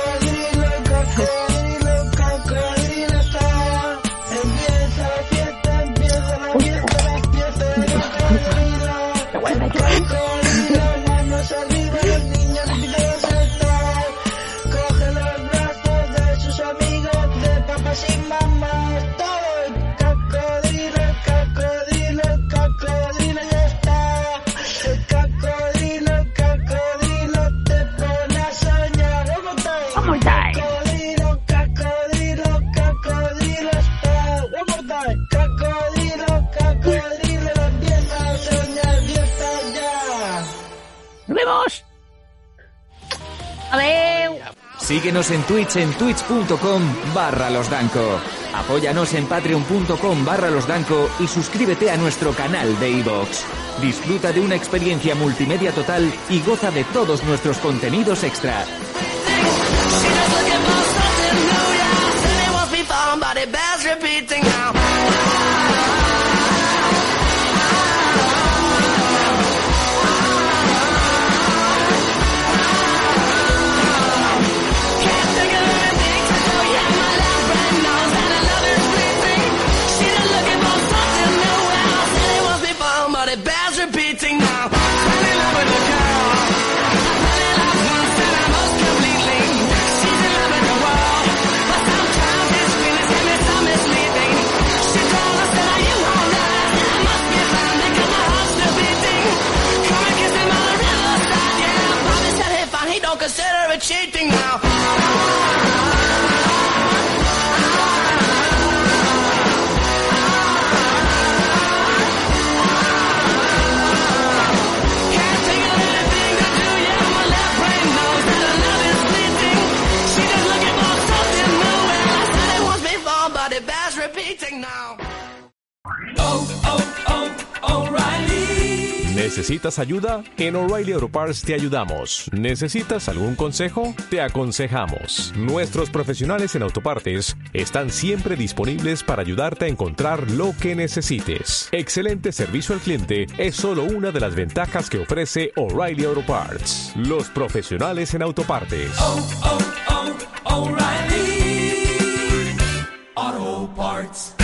Síguenos en Twitch en twitch.com/losdanco. Apóyanos en patreon.com/losdanco y suscríbete a nuestro canal de iVoox. Disfruta de una experiencia multimedia total y goza de todos nuestros contenidos extra. Consider it cheating now. Can't think of anything to do, yeah, my left brain knows that her love is fleeting. She just looking for something new, and I said it once before, but it bears repeating now. O'Reilly. ¿Necesitas ayuda? En O'Reilly Auto Parts te ayudamos. ¿Necesitas algún consejo? Te aconsejamos. Nuestros profesionales en autopartes están siempre disponibles para ayudarte a encontrar lo que necesites. Excelente servicio al cliente es solo una de las ventajas que ofrece O'Reilly Auto Parts. Los profesionales en autopartes. O'Reilly Auto Parts.